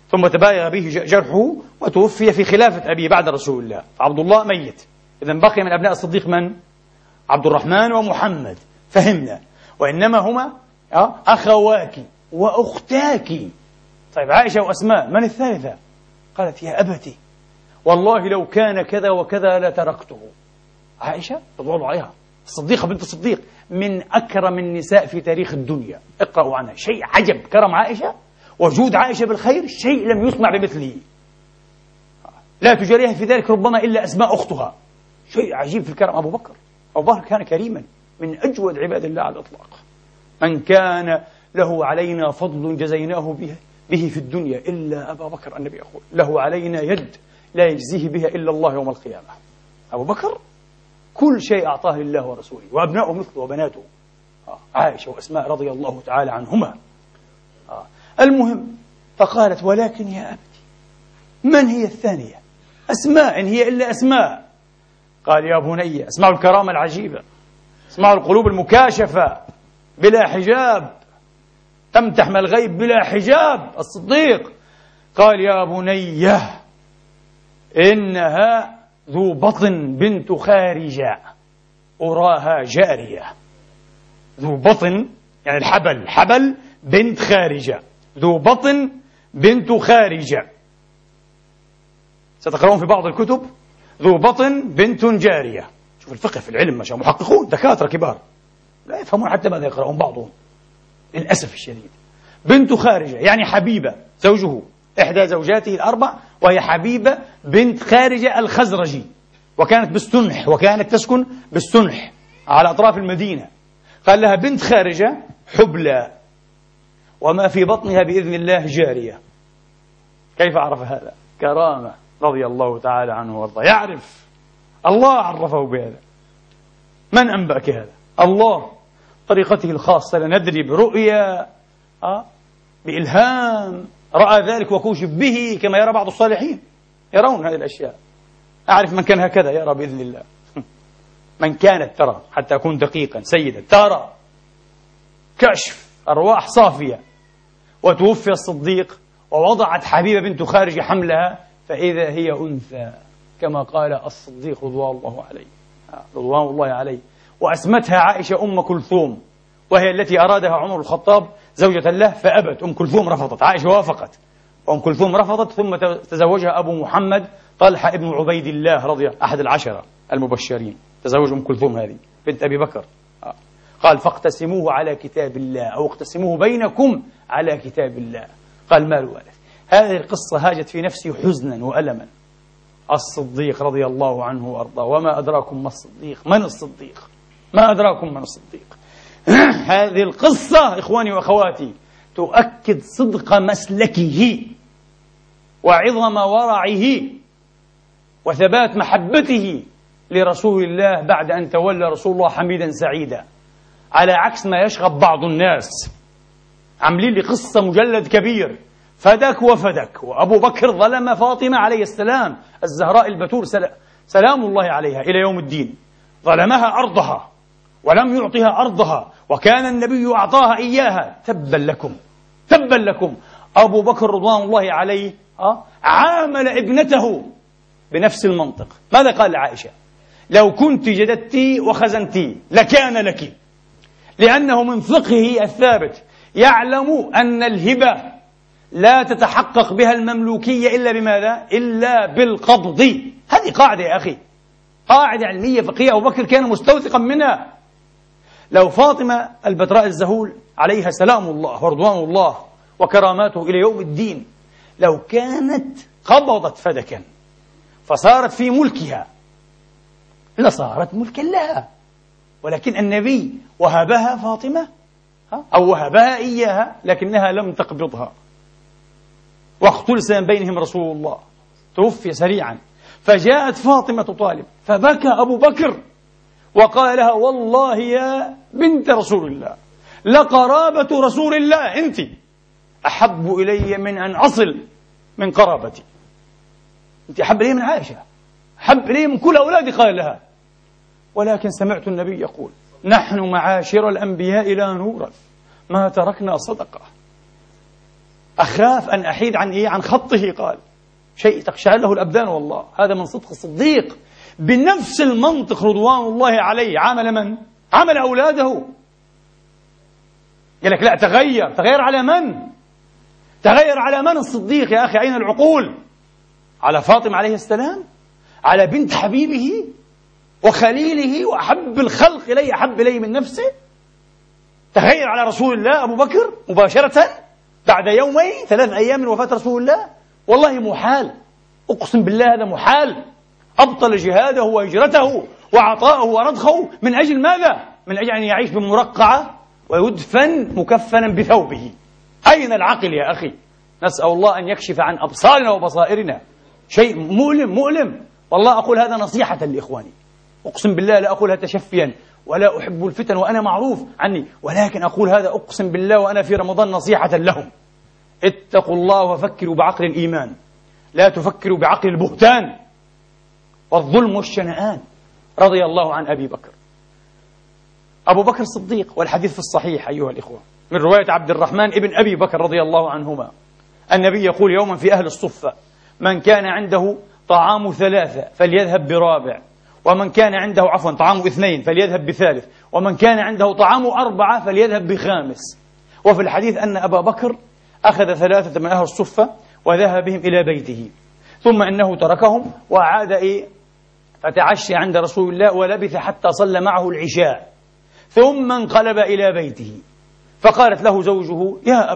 ثم تبايغ به جرحه وتوفي في خلافة أبيه بعد رسول الله. عبد الله ميت، إذا بقي من أبناء الصديق من؟ عبد الرحمن ومحمد، فهمنا، وإنما هما أخواك وأختاك. طيب عائشة وأسماء، من الثالثة؟ قالت يا أبتي والله لو كان كذا وكذا لتركته. عائشة رضي الله عليها الصديقة بنت الصديق، من أكرم النساء في تاريخ الدنيا، اقرأوا عنها، شيء عجب كرم عائشة وجود عائشة بالخير، شيء لم يسمع بمثله، لا تجاريها في ذلك ربما إلا أسماء أختها، شيء عجيب في الكرم. أبو بكر كان كريما، من أجود عباد الله على الإطلاق، من كان له علينا فضل جزيناه به في الدنيا إلا أبا بكر. النبي يقول له علينا يد لا يجزيه بها إلا الله يوم القيامة. أبو بكر كل شيء أعطاه لله ورسوله، وأبناؤه مثله وبناته، عائشة وأسماء رضي الله تعالى عنهما. المهم، فقالت ولكن يا أبتي من هي الثانية؟ أسماء، إن هي إلا أسماء. قال يا بني، اسمعوا الكرامة العجيبة، اسمعوا القلوب المكاشفة بلا حجاب، تمتح من الغيب بلا حجاب، الصديق. قال يا بني إنها ذو بطن بنت خارجة أراها جارية. ذو بطن يعني الحبل بنت خارجة، ذو بطن بنت خارجة. ستقرؤون في بعض الكتب ذو بطن بنت جارية. شوف الفقه في العلم، ما شاء الله، محققون دكاترة كبار لا يفهمون حتى ماذا يقرؤون بعضهم للأسف الشديد. بنت خارجة يعني حبيبة، زوجه إحدى زوجاته الأربع، وهي حبيبة بنت خارجة الخزرجي، وكانت بالسنح، وكانت تسكن بالسنح على أطراف المدينة. قال لها بنت خارجة حبلى، وما في بطنها بإذن الله جارية. كيف عرف هذا؟ كرامة رضي الله تعالى عنه وارضاه، يعرف، الله عرفه بهذا. من أنبأك هذا؟ الله، طريقته الخاصة، لا ندري برؤية بإلهام، رأى ذلك وكوشف به كما يرى بعض الصالحين، يرون هذه الأشياء. أعرف من كان هكذا يرى بإذن الله، من كانت ترى، حتى أكون دقيقا سيدا، ترى كشف أرواح صافية. وتوفي الصديق ووضعت حبيبة بنت خارج حملها، فإذا هي أنثى كما قال الصديق رضوان الله عليه. وأسمتها عائشة أم كلثوم، وهي التي أرادها عمر الخطاب زوجة له فأبت. أم كلثوم رفضت، عائشة وافقت، وأم كلثوم رفضت، ثم تزوجها أبو محمد طلحة ابن عبيد الله أحد العشرة المبشرين، تزوج أم كلثوم هذه بنت أبي بكر. قال فاقتسموه على كتاب الله، أو اقتسموه بينكم على كتاب الله. قال مال وارث. هذه القصة هاجت في نفسي حزنا وألما. الصديق رضي الله عنه وأرضاه، وما أدراكم ما الصديق، من الصديق، ما أدراكم من الصديق. هذه القصة إخواني وأخواتي تؤكد صدق مسلكه وعظم ورعه وثبات محبته لرسول الله بعد أن تولى رسول الله حميدا سعيدا، على عكس ما يشغب بعض الناس. عاملين لي قصة مجلد كبير، فدك وفدك، وأبو بكر ظلم فاطمة عليه السلام الزهراء البتول سلام الله عليها إلى يوم الدين، ظلمها أرضها ولم يعطها أرضها، وكان النبي أعطاها إياها. تبا لكم، تبا لكم. أبو بكر رضوان الله عليه عامل ابنته بنفس المنطق. ماذا قال لعائشة؟ لو كنت جددتي وخزنتي لكان لك، لأنه من فقهه الثابت يعلم أن الهبة لا تتحقق بها المملوكية إلا بماذا؟ إلا بالقبض. هذه قاعدة يا أخي، قاعدة علمية فقهية، أبو بكر كان مستوثقا منها. لو فاطمة البتراء الزهول عليها سلام الله ورضوان الله وكراماته إلى يوم الدين، لو كانت قبضت فدكا فصارت في ملكها لصارت ملكا لها، ولكن النبي وهبها فاطمة أو وهبها إياها، لكنها لم تقبضها، واختلس من بينهم رسول الله، توفي سريعا. فجاءت فاطمة تطالب، فبكى أبو بكر وقال لها والله يا بنت رسول الله لقرابة رسول الله أنت أحب إلي من أن أصل من قرابتي، أنت أحب إلي من عائشة، أحب إلي من كل أولادي. قال لها ولكن سمعت النبي يقول نحن معاشر الأنبياء لا نورث ما تركنا صدقة. أخاف أن أحيد عن خطه، قال شيء تقشعر له الأبدان. والله هذا من صدق الصديق. بنفس المنطق رضوان الله عليه عامل من؟ عامل أولاده. قال لك لا، تغير على من؟ تغير على من الصديق يا أخي؟ أين العقول؟ على فاطمة عليه السلام، على بنت حبيبه وخليله وأحب الخلق إليه، أحب إليه من نفسه. تغير على رسول الله أبو بكر مباشرة بعد يومين 3 أيام من وفاة رسول الله. والله محال، أقسم بالله هذا محال. أبطل جهاده وهجرته وعطاءه ورضخه من أجل ماذا؟ من أجل أن يعيش بمرقعة ويدفن مكفنا بثوبه. أين العقل يا أخي؟ نسأل الله أن يكشف عن أبصارنا وبصائرنا. شيء مؤلم. والله أقول هذا نصيحة لإخواني، أقسم بالله لا أقولها تشفيا، ولا أحب الفتن وأنا معروف عني، ولكن أقول هذا أقسم بالله وأنا في رمضان نصيحة لهم. اتقوا الله وفكروا بعقل الإيمان، لا تفكروا بعقل البهتان والظلم والشنآن. رضي الله عن أبي بكر. أبو بكر الصديق، والحديث في الصحيح أيها الإخوة من رواية عبد الرحمن ابن أبي بكر رضي الله عنهما، النبي يقول يوما في أهل الصفة: من كان عنده طعام 3 فليذهب برابع، ومن كان عنده طعام 2 فليذهب بثالث، ومن كان عنده طعام 4 فليذهب بخامس. وفي الحديث أن أبا بكر أخذ 3 من أهل الصفة وذهب بهم إلى بيته، ثم إنه تركهم وعاد فتعشى عند رسول الله ولبث حتى صلى معه العشاء، ثم انقلب إلى بيته. فقالت له زوجه: يا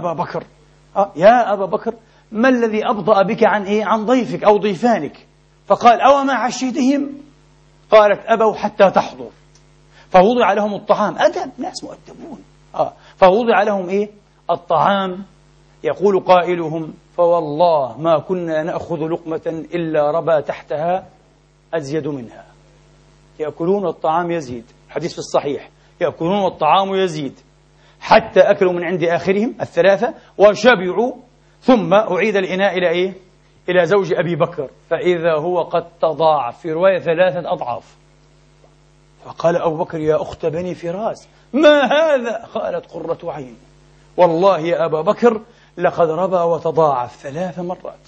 أبا بكر ما الذي أبطأ بك عن ضيفك أو ضيفانك؟ فقال: أو ما عشيتهم؟ قالت: أبوا حتى تحضر. فوضع لهم الطعام، أدب، ناس مؤدبون. فوضع لهم الطعام. يقول قائلهم: فوالله ما كنا نأخذ لقمة إلا ربى تحتها أزيد منها. يأكلون والطعام يزيد، حديث في الصحيح، يأكلون والطعام يزيد، حتى أكلوا من عند آخرهم 3 وشبعوا، ثم أعيد الإناء إلى زوج أبي بكر، فإذا هو قد تضاعف، في رواية 3 أضعاف. فقال أبو بكر: يا أخت بني فراس، ما هذا؟ قالت: قرة عين، والله يا أبا بكر لقد ربى وتضاعف 3 مرات.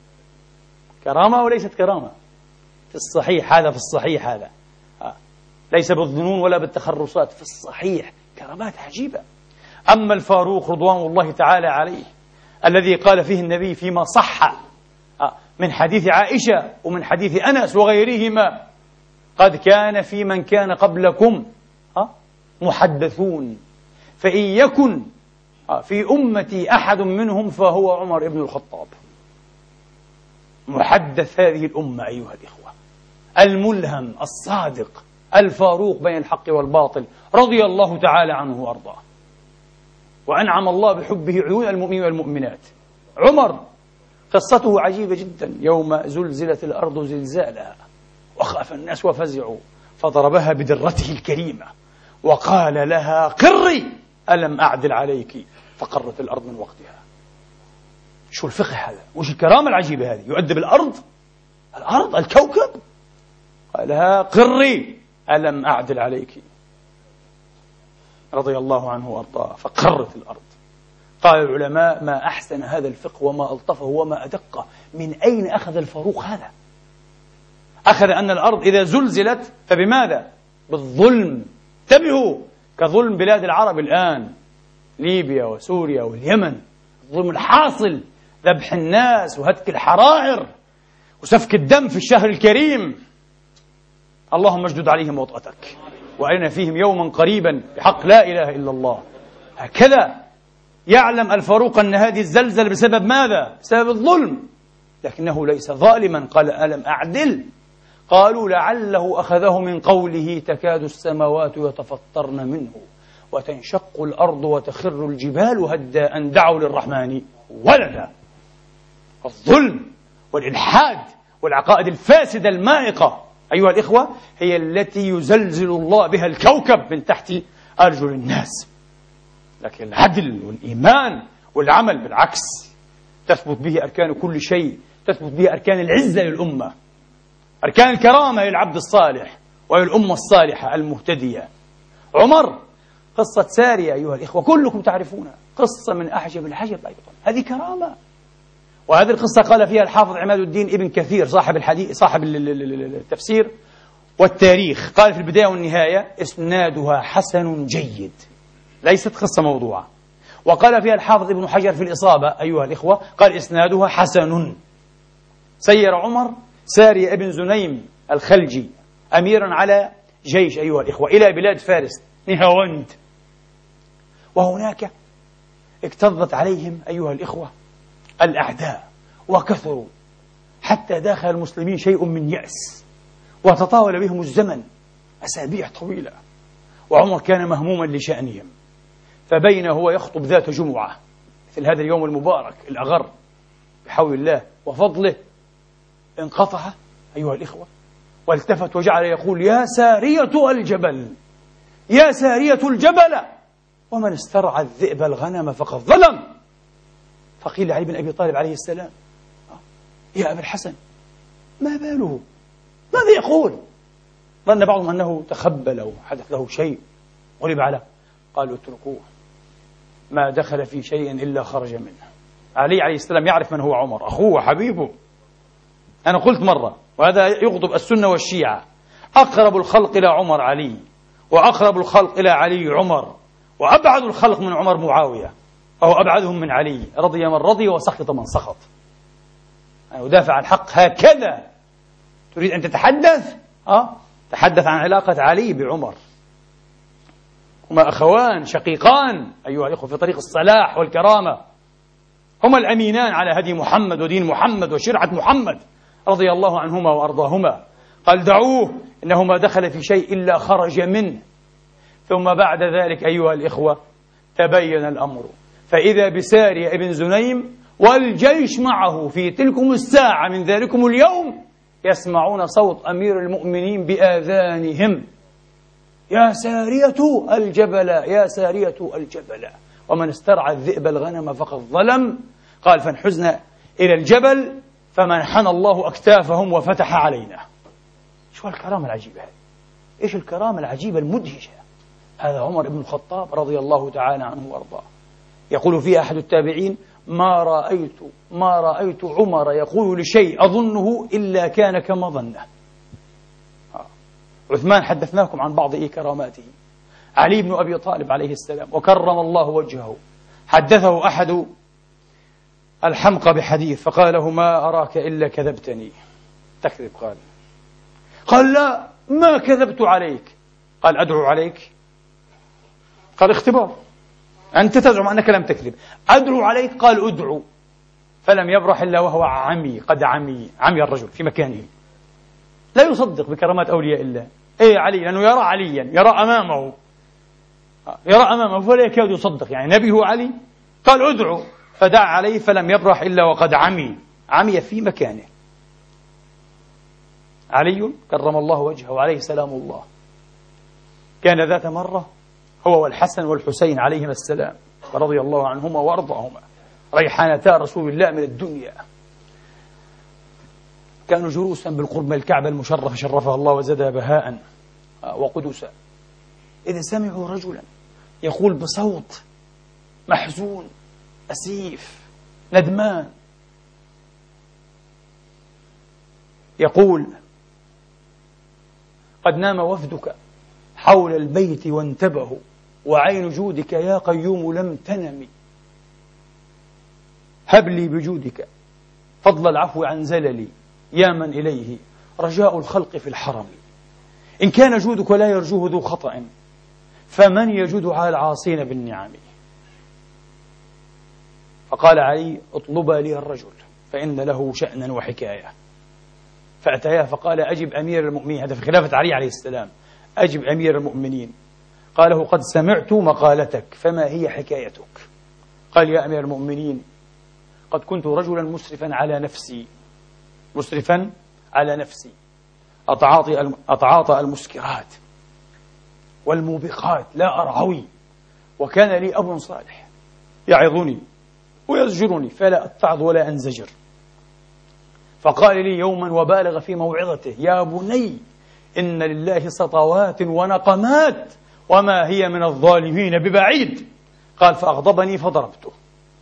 كرامة وليست كرامة، في الصحيح هذا، في الصحيح هذا، ليس بالظنون ولا بالتخرصات، في الصحيح كرامات عجيبة. أما الفاروق رضوان الله تعالى عليه الذي قال فيه النبي فيما صح من حديث عائشة ومن حديث أنس وغيرهما: قد كان في من كان قبلكم محدثون، فإن يكن في أمتي أحد منهم فهو عمر بن الخطاب. محدث هذه الأمة أيها الإخوة، الملهم الصادق الفاروق بين الحق والباطل، رضي الله تعالى عنه وأرضاه، وأنعم الله بحبه عيون المؤمنين والمؤمنات. عمر قصته عجيبة جدا. يوم زلزلت الأرض زلزالها وخاف الناس وفزعوا، فضربها بدرته الكريمة وقال لها: قري ألم أعدل عليك؟ فقرت الأرض من وقتها. شو الفقه هذا؟ وش الكرامة العجيبة هذه؟ يؤدب الأرض الكوكب، قال لها: قري ألم أعدل عليك؟ رضي الله عنه وأرضاه، فقرت الأرض. قال العلماء: ما أحسن هذا الفقه وما ألطفه وما أدقه. من أين أخذ الفاروق هذا؟ أخذ أن الأرض إذا زلزلت فبماذا؟ بالظلم. انتبهوا، كظلم بلاد العرب الآن، ليبيا وسوريا واليمن، الظلم الحاصل، ذبح الناس وهتك الحرائر وسفك الدم في الشهر الكريم. اللهم اجدد عليهم وطأتك وأرنا فيهم يوما قريبا بحق لا إله إلا الله. هكذا يعلم الفاروق أن هذه الزلزلة بسبب ماذا؟ بسبب الظلم، لكنه ليس ظالما. قال: ألم أعدل؟ قالوا: لعله أخذه من قوله: تكاد السماوات يتفطرن منه وتنشق الأرض وتخر الجبال هدا أن دعوا للرحمن ولدا. الظلم والإلحاد والعقائد الفاسدة المائقة أيها الإخوة هي التي يزلزل الله بها الكوكب من تحت أرجل الناس. لكن العدل والإيمان والعمل بالعكس تثبت به أركان كل شيء، تثبت به أركان العزة للأمة، أركان الكرامة للعبد الصالح وللأمة الصالحة المهتدية. عمر قصة سارية أيها الإخوة كلكم تعرفونها، قصة من أعجب العجب أيضا، هذه كرامة. وهذه القصة قال فيها الحافظ عماد الدين ابن كثير صاحب الحديث صاحب التفسير والتاريخ، قال في البداية والنهاية إسنادها حسن جيد، ليست قصة موضوعة. وقال فيها الحافظ ابن حجر في الإصابة أيها الإخوة قال إسنادها حسن. سير عمر ساري ابن زنيم الخلجي أميرا على جيش أيها الإخوة إلى بلاد فارس نهاوند، وهناك اكتظت عليهم أيها الإخوة الأعداء وكثروا حتى داخل المسلمين شيء من يأس، وتطاول بهم الزمن أسابيع طويلة، وعمر كان مهموما لشأنهم. فبين هو يخطب ذات جمعة مثل هذا اليوم المبارك الأغر بحول الله وفضله، انقطع أيها الإخوة والتفت وجعل يقول: يا سارية الجبل، يا سارية الجبل، ومن استرعى الذئب الغنم فقد ظلم. فقيل لعلي بن أبي طالب عليه السلام: يا أبا الحسن ما باله؟ ماذا يقول؟ ظن بعضهم أنه تخبل أو حدث له شيء غلب عليه. قالوا: اتركوه، ما دخل في شيء إلا خرج منه. علي عليه السلام يعرف من هو عمر، أخوه وحبيبه. أنا قلت مرة وهذا يغضب السنة والشيعة: أقرب الخلق إلى عمر علي، وأقرب الخلق إلى علي عمر، وأبعد الخلق من عمر معاوية، أو أبعدهم من علي، رضي من رضي وسخط من سخط. أنا أدافع عن الحق هكذا. تريد أن تتحدث؟ تحدث عن علاقة علي بعمر، هما أخوان شقيقان أيها الأخوة في طريق الصلاح والكرامة، هما الأمينان على هدي محمد ودين محمد وشرعة محمد رضي الله عنهما وأرضاهما. قال: دعوه إنه ما دخل في شيء إلا خرج منه. ثم بعد ذلك أيها الإخوة تبين الأمر، فإذا بسارية ابن زنيم والجيش معه في تلكم الساعة من ذلكم اليوم يسمعون صوت أمير المؤمنين بآذانهم: يا سارية الجبل، يا سارية الجبل، ومن استرعى الذئب الغنم فقد ظلم. قال: فانحزنا إلى الجبل فمنحنا الله أكتافهم وفتح علينا. شو الكرامة العجيبة هذه؟ إيش الكرامة العجيبة المدهشة؟ هذا عمر بن الخطاب رضي الله تعالى عنه وارضاه. يقول فيه أحد التابعين: ما رأيت عمر يقول لشيء أظنه إلا كان كما ظنه. عثمان حدثناكم عن بعض كراماته. علي بن أبي طالب عليه السلام وكرم الله وجهه، حدثه أحد الحمقى بحديث فقال له: ما أراك إلا كذبتني. تكذب؟ قال: لا، ما كذبت عليك. قال: أدعو عليك؟ قال: اختبار، أنت تزعم أنك لم تكذب، أدعو عليك؟ قال: أدعو. فلم يبرح إلا وهو عمي، قد عمي الرجل في مكانه، لا يصدق بكرامات أولياء الله. علي لأنه يرى عليا، يرى أمامه فلا يكاد يصدق، يعني نبيه علي. قال: أدعو، فدعا عليه فلم يبرح إلا وقد عمي في مكانه. علي كرم الله وجهه عليه سلام الله كان ذات مرة هو والحسن والحسين عليهما السلام ورضي الله عنهما وأرضاهما، ريحانتا رسول الله من الدنيا، كانوا جلوسا بالقرب من الكعبة المشرفة شرفها الله وزادها بهاء وقدسا، إذا سمعوا رجلا يقول بصوت محزون أسيف ندمان، يقول: قد نام وفدك حول البيت وانتبهوا، وعين جودك يا قيوم لم تنم، هب لي بجودك فضل العفو عن زللي، يا من إليه رجاء الخلق في الحرم، إن كان جودك لا يرجوه ذو خطأ، فمن يجود على العاصين بالنعم. فقال علي: اطلبا لي الرجل فإن له شأنا وحكاية. فأتياه فقال: أجب أمير المؤمنين، هذا في خلافة علي عليه السلام، أجب أمير المؤمنين. قاله: قد سمعت مقالتك، فما هي حكايتك؟ قال: يا أمير المؤمنين، قد كنت رجلا مسرفا على نفسي أتعاطى المسكرات والموبقات لا أرعوي، وكان لي أب صالح يعظني ويزجرني فلا أتعظ ولا أنزجر، فقال لي يوما وبالغ في موعظته: يا بني، إن لله سطوات ونقمات، وما هي من الظالمين ببعيد. قال فأغضبني فضربته.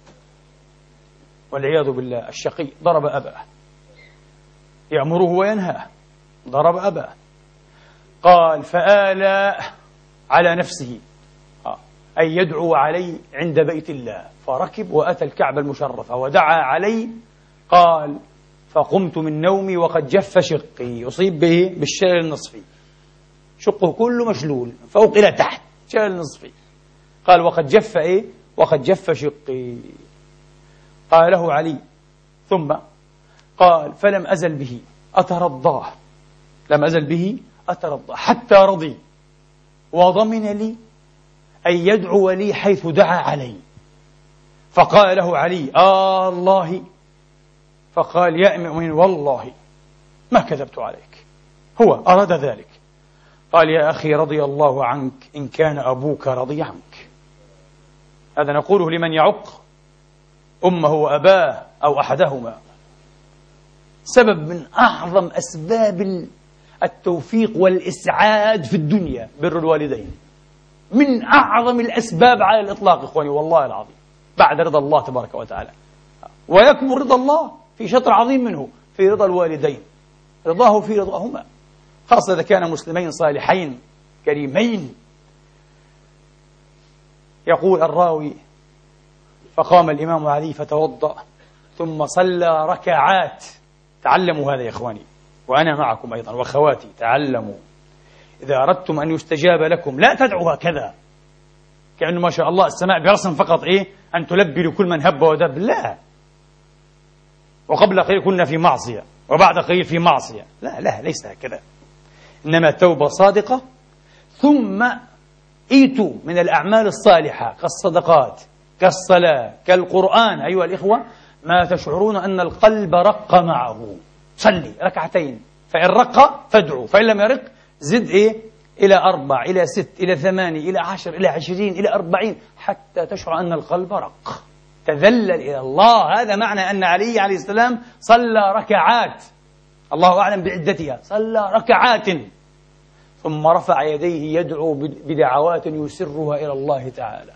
والعياذ بالله، الشقي ضرب أباه، يأمره وينهاه، ضرب أباه. قال فآلى على نفسه أن يدعو علي عند بيت الله، فركب وأتى الكعبة المشرفة ودعا علي. قال فقمت من نومي وقد جف شقي، يصيب به بالشلل النصفي، شقه كله مشلول فوق إلى تحت، شلل نصفي. قال وقد جف وقد جف شقي. قال له علي ثم قال فلم أزل به أترضاه، لم أزل به أترضاه حتى رضي وضمن لي أن يدعو لي حيث دعا علي. فقال له علي الله، فقال يا مؤمن والله ما كذبت عليك، هو أراد ذلك. قال يا أخي رضي الله عنك إن كان أبوك رضي عنك. هذا نقوله لمن يعق أمه وأباه أو أحدهما. سبب من أعظم أسباب التوفيق والإسعاد في الدنيا بر الوالدين، من أعظم الأسباب على الإطلاق إخواني والله العظيم، بعد رضا الله تبارك وتعالى. ويكمن رضا الله في شطر عظيم منه في رضا الوالدين، رضاه في رضاهما، خاصة إذا كان مسلمين صالحين كريمين. يقول الراوي فقام الإمام علي فتوضأ ثم صلى ركعات. تعلموا هذا يا إخواني، وأنا معكم أيضا وأخواتي، تعلموا. إذا أردتم أن يستجاب لكم لا تدعوا هكذا كأنه ما شاء الله السماء برسم فقط أن تلبي لكل من هب ودب، لا. وقبل قليل كنا في معصية وبعد قليل في معصية، لا ليس هكذا. إنما توبة صادقة، ثم ايتوا من الأعمال الصالحة كالصدقات كالصلاة كالقرآن أيها الإخوة ما تشعرون أن القلب رق معه. صلي ركعتين، فإن رق فادعوا، فإن لم يرق زد إلى 4 إلى 6 إلى 8 إلى 10 إلى 20 إلى 40 حتى تشعر أن القلب رق. تذلل إلى الله. هذا معنى أن علي عليه السلام صلى ركعات، الله أعلم بعدتها، صلى ركعات ثم رفع يديه يدعو بدعوات يسرها إلى الله تعالى.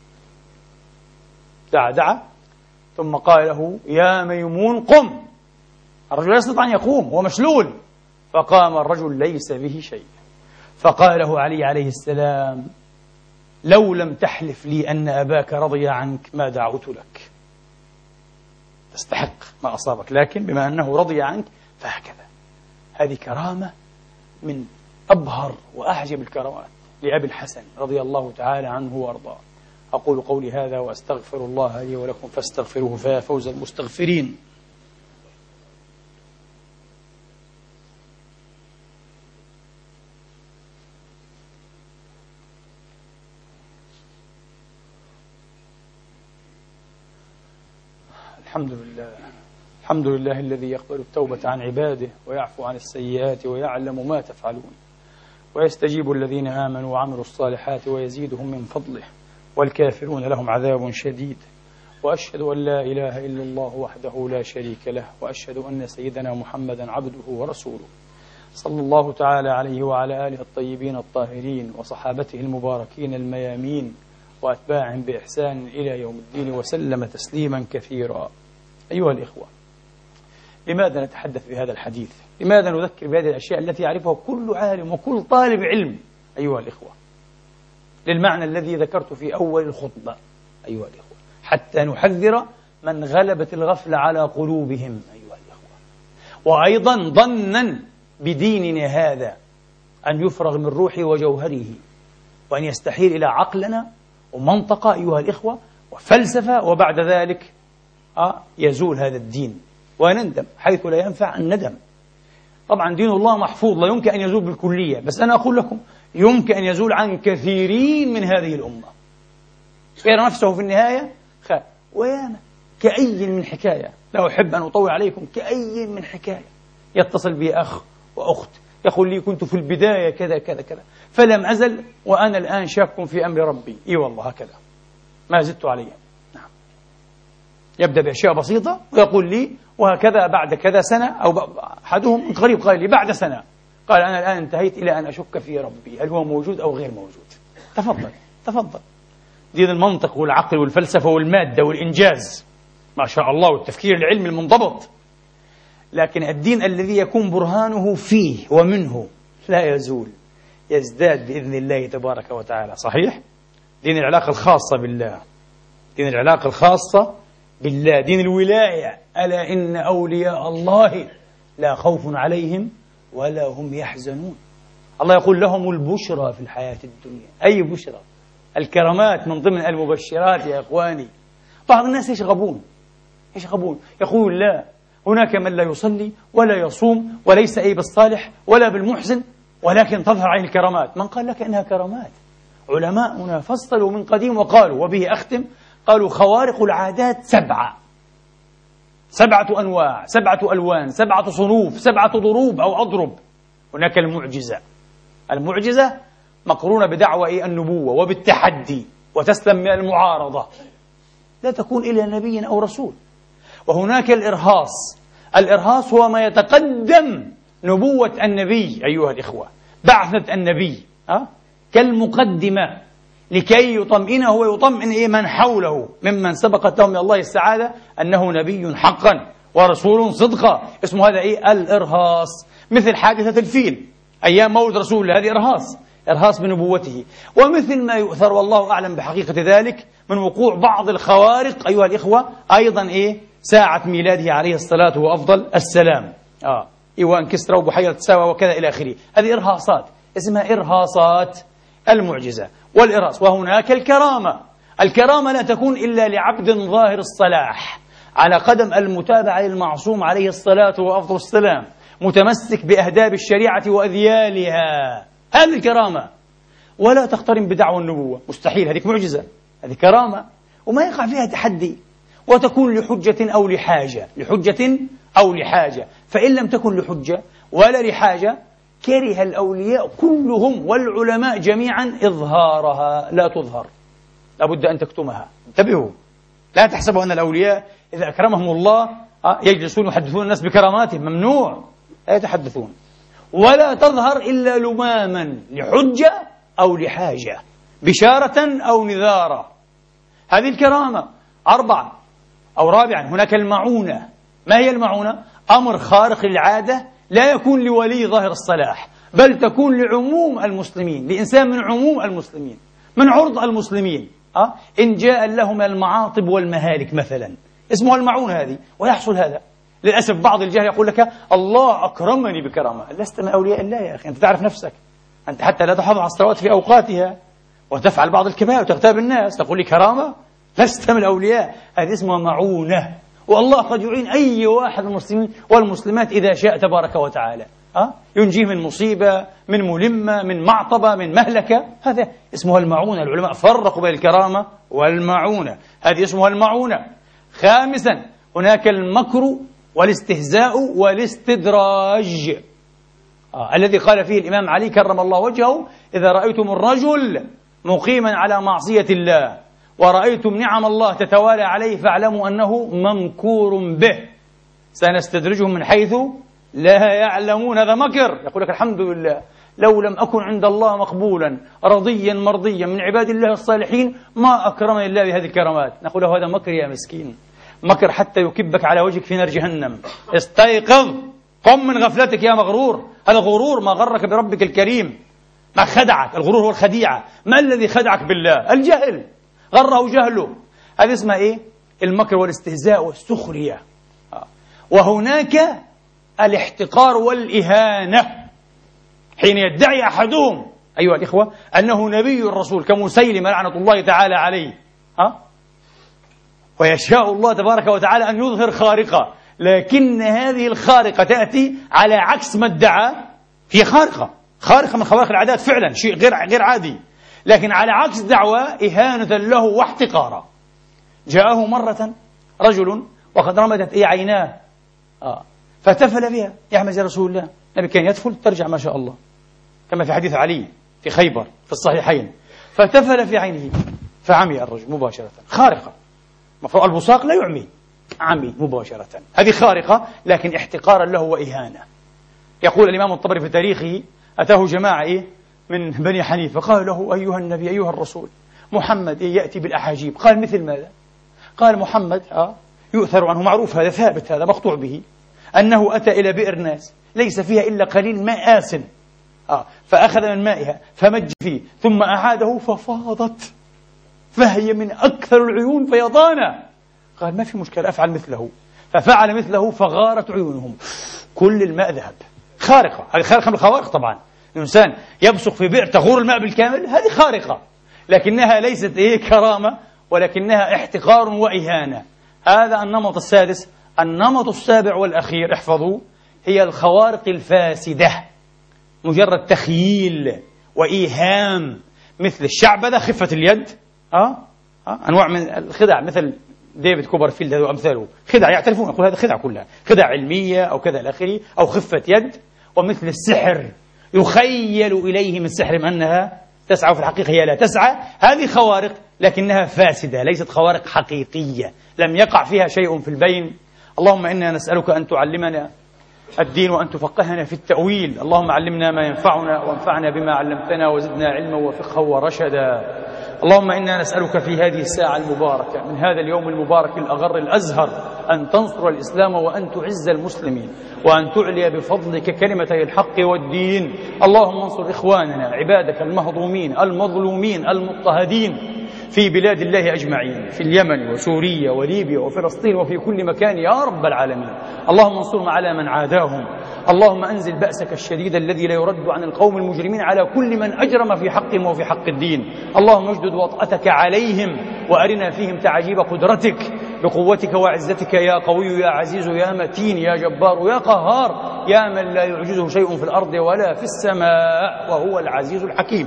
دعا ثم قال له يا ميمون قم. الرجل لا يستطيع أن يقوم، هو مشلول. فقام الرجل ليس به شيء. فقال له علي عليه السلام لو لم تحلف لي أن أباك رضي عنك ما دعوت لك، تستحق ما أصابك، لكن بما أنه رضي عنك فهكذا. هذه كرامة من أبهر وأعجب الكرامات لأبي الحسن رضي الله تعالى عنه وأرضاه. أقول قولي هذا وأستغفر الله لي ولكم فاستغفروه فيا فوز المستغفرين. الحمد لله الذي يقبل التوبة عن عباده ويعفو عن السيئات ويعلم ما تفعلون، ويستجيب الذين آمنوا وعملوا الصالحات ويزيدهم من فضله، والكافرون لهم عذاب شديد. وأشهد أن لا إله إلا الله وحده لا شريك له، وأشهد أن سيدنا محمدا عبده ورسوله صلى الله تعالى عليه وعلى آله الطيبين الطاهرين وصحابته المباركين الميامين وأتباعهم بإحسان إلى يوم الدين وسلم تسليما كثيرا. أيها الإخوة، لماذا نتحدث بهذا الحديث؟ لماذا نذكر بهذه الأشياء التي يعرفها كل عالم وكل طالب علم أيها الإخوة؟ للمعنى الذي ذكرت في أول الخطبة أيها الإخوة، حتى نحذر من غلبت الغفلة على قلوبهم أيها الإخوة، وأيضا ظنا بديننا هذا أن يفرغ من روحه وجوهره وأن يستحيل إلى عقلنا ومنطقة أيها الإخوة وفلسفة، وبعد ذلك يزول هذا الدين ونندم حيث لا ينفع الندم. طبعا دين الله محفوظ لا يمكن أن يزول بالكلية، بس أنا أقول لكم يمكن أن يزول عن كثيرين من هذه الأمة. يرى نفسه في النهاية ويانا كأي من حكاية، لا أحب أن أطول عليكم، كأي من حكاية يتصل بي أخ وأخت يقول لي كنت في البداية كذا كذا كذا فلم أزل وأنا الآن شاك في أمر ربي. إي والله هكذا ما زدت عليه. نعم. يبدأ بأشياء بسيطة ويقول لي وهكذا بعد كذا سنة، أو أحدهم من قريب قال لي بعد سنة قال أنا الآن انتهيت إلى أن أشك في ربي هل هو موجود أو غير موجود. تفضل تفضل. دين المنطق والعقل والفلسفة والمادة والإنجاز، ما شاء الله، والتفكير العلمي المنضبط. لكن الدين الذي يكون برهانه فيه ومنه لا يزول، يزداد بإذن الله تبارك وتعالى. صحيح؟ دين العلاقة الخاصة بالله، دين العلاقة الخاصة بالله، دين الولاية. ألا إن أولياء الله لا خوف عليهم ولا هم يحزنون. الله يقول لهم البشرى في الحياة الدنيا. أي بشرى؟ الكرامات من ضمن المبشرات يا إخواني. بعض الناس يشغبون يقول لا، هناك من لا يصلي ولا يصوم وليس أي بالصالح ولا بالمحسن، ولكن تظهر عليه الكرامات. من قال لك إنها كرامات؟ علماؤنا فصلوا من قديم وقالوا، وبه أختم، قالوا خوارق العادات 7 أنواع، 7 ألوان، 7 صنوف، 7 ضروب أو أضرب. هناك المعجزة مقرونة بدعوى النبوة وبالتحدي، وتسلم من المعارضة، لا تكون إلا نبي أو رسول. وهناك الإرهاص هو ما يتقدم نبوة النبي أيها الإخوة، بعثة النبي كالمقدمة، لكي يطمئنه ويطمئن من حوله ممن سبقت لهم من الله السعادة أنه نبي حقا ورسول صدقا. اسمه هذا الإرهاص. مثل حادثة الفيل أيام مولد رسول الله، هذه إرهاص بنبوته. ومثل ما يؤثر والله أعلم بحقيقة ذلك من وقوع بعض الخوارق أيها الإخوة أيضا ساعة ميلاده عليه الصلاة وأفضل السلام، إيوان كسرى وبحيرة ساوى وكذا إلى آخره. هذه إرهاصات، اسمها إرهاصات المعجزة والإرهاص. وهناك الكرامة لا تكون إلا لعبد ظاهر الصلاح على قدم المتابعة للمعصوم عليه الصلاة وأفضل السلام، متمسك بأهداب الشريعة وأذيالها. هذه الكرامة، ولا تقترن بدعوى النبوة، مستحيل. هذه معجزة، هذه كرامة، وما يقع فيها تحدي، وتكون لحجة أو لحاجة. فإن لم تكن لحجة ولا لحاجة كره الأولياء كلهم والعلماء جميعا إظهارها، لا تظهر، لابد أن تكتمها. انتبهوا، لا تحسبوا أن الأولياء إذا أكرمهم الله يجلسون يحدثون الناس بكراماتهم، ممنوع، لا يتحدثون. ولا تظهر إلا لماما، لحجة أو لحاجة، بشارة أو نذارة. هذه الكرامة 4. أو رابعا هناك المعونة. ما هي المعونة؟ أمر خارق للعادة لا يكون لولي ظاهر الصلاح، بل تكون لعموم المسلمين، لإنسان من عموم المسلمين، من عرض المسلمين، إن جاء لهم المعاطب والمهالك مثلا، اسمها المعونة هذه. ويحصل هذا للأسف. بعض الجهل يقول لك الله أكرمني بكرامة. لست من أولياء الله يا أخي، أنت تعرف نفسك، أنت حتى لا تحافظ على الصلوات في أوقاتها وتفعل بعض الكبائر وتغتاب الناس، تقول لي كرامة؟ لست من الأولياء. هذه اسمها معونة. والله قد يعين أي واحد من المسلمين والمسلمات إذا شاء تبارك وتعالى، ينجيه من مصيبة، من ملمة، من معطبة، من مهلكة. هذا اسمها المعونة. العلماء فرقوا بين الكرامة والمعونة، هذه اسمها المعونة. 5 هناك المكر والاستهزاء والاستدراج، الذي قال فيه الإمام علي كرم الله وجهه: إذا رأيتم الرجل مقيما على معصية الله ورأيتم نعم الله تتوالى عليه فاعلموا أنه ممكور به، سنستدرجهم من حيث لا يعلمون. هذا مكر. يقول لك الحمد لله، لو لم أكن عند الله مقبولا رضيا مرضيا من عباد الله الصالحين ما أكرمني الله بهذه الكرامات. نقول له هذا مكر يا مسكين، مكر حتى يكبك على وجهك في نار جهنم. استيقظ، قم من غفلتك يا مغرور. هذا غرور، ما غرك بربك الكريم، ما خدعك. الغرور هو الخديعة. ما الذي خدعك بالله؟ الجهل، غره جهله. هذا اسمه المكر والاستهزاء والسخرية. وهناك الاحتقار والإهانة، حين يدعي أحدهم أيها الإخوة أنه نبي الرسول كمسيلمة لعنة الله تعالى عليه، ويشاء الله تبارك وتعالى أن يظهر خارقة، لكن هذه الخارقة تأتي على عكس ما ادعى. هي خارقة من خوارق العادات فعلا، شيء غير عادي، لكن على عكس دعوى إهانة له واحتقارا. جاءه مرة رجل وقد رمدت عيناه فتفل بها. يحمد يا رسول الله، النبي كان يدفل ترجع ما شاء الله، كما في حديث علي في خيبر في الصحيحين. فتفل في عينه فعمي الرجل مباشرة. خارقة، مفروض البصاق لا يعمي، عمي مباشرة. هذه خارقة لكن احتقارا له وإهانة. يقول الإمام الطبري في تاريخه: أتاه جماعة من بني حنيفة قال له: أيها النبي، أيها الرسول، محمد يأتي بالأحاجيب. قال: مثل ماذا؟ قال: محمد يؤثر عنه، معروف هذا، ثابت هذا، مقطوع به، أنه أتى إلى بئر ناس ليس فيها إلا قليل ماء آسن، فأخذ من مائها فمج فيه ثم أعاده ففاضت، فهي من أكثر العيون فيضانا. قال: ما في مشكلة، أفعل مثله. ففعل مثله فغارت عيونهم، كل الماء ذهب. خارقة، هذه خارقة من الخوارق طبعا. الإنسان يبصق في بئر تغور الماء بالكامل، هذه خارقة، لكنها ليست كرامة، ولكنها احتقار وإهانة. هذا النمط السادس. النمط السابع والأخير، احفظوا، هي الخوارق الفاسدة، مجرد تخييل وإيهام، مثل الشعبذة، خفة اليد، أنواع من الخدع، مثل ديفيد كوبرفيلد وأمثاله، خدع يعترفون، يقول هذا خدع، كلها خدع علمية أو كذا إلى آخره، أو خفة يد. ومثل السحر، يخيل إليه من السحر أنها تسعى وفي الحقيقة هي لا تسعى. هذه خوارق لكنها فاسدة، ليست خوارق حقيقية، لم يقع فيها شيء في البين. اللهم إنا نسألك أن تعلمنا الدين وأن تفقهنا في التأويل. اللهم علمنا ما ينفعنا وانفعنا بما علمتنا وزدنا علما وفقها ورشدا. اللهم إنا نسألك في هذه الساعة المباركة من هذا اليوم المبارك الأغر الأزهر أن تنصر الإسلام وأن تعز المسلمين وأن تعلي بفضلك كلمتي الحق والدين. اللهم انصر إخواننا عبادك المهضومين المظلومين المضطهدين في بلاد الله أجمعين، في اليمن وسوريا وليبيا وفلسطين وفي كل مكان يا رب العالمين. اللهم انصرهم على من عاداهم. اللهم أنزل بأسك الشديد الذي لا يرد عن القوم المجرمين على كل من أجرم في حقهم وفي حق الدين. اللهم اجدد وطأتك عليهم وأرنا فيهم تعجيب قدرتك بقوتك وعزتك يا قوي يا عزيز يا متين يا جبار يا قهار يا من لا يعجزه شيء في الأرض ولا في السماء وهو العزيز الحكيم.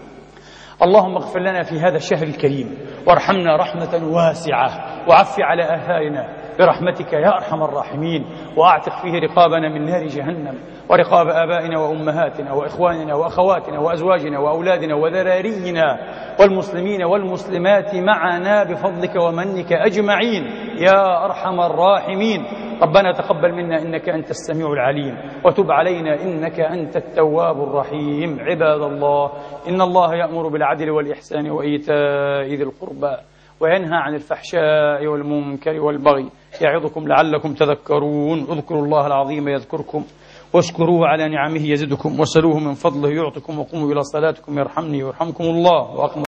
اللهم اغفر لنا في هذا الشهر الكريم وارحمنا رحمة واسعة وعف على آثارنا برحمتك يا أرحم الراحمين، وأعتق فيه رقابنا من نار جهنم ورقاب آبائنا وأمهاتنا وإخواننا وأخواتنا وأزواجنا وأولادنا وذرارينا والمسلمين والمسلمات معنا بفضلك ومنك أجمعين يا أرحم الراحمين. ربنا تقبل منا إنك أنت السميع العليم وتب علينا إنك أنت التواب الرحيم. عباد الله، إن الله يأمر بالعدل والإحسان وإيتاء ذي القربى وينهى عن الفحشاء والمنكر والبغي يعظكم لعلكم تذكرون. اذكروا الله العظيم يذكركم واشكروه على نعمه يزدكم وسلوه من فضله يعطكم وقوموا إلى صلاتكم يرحمني ويرحمكم الله.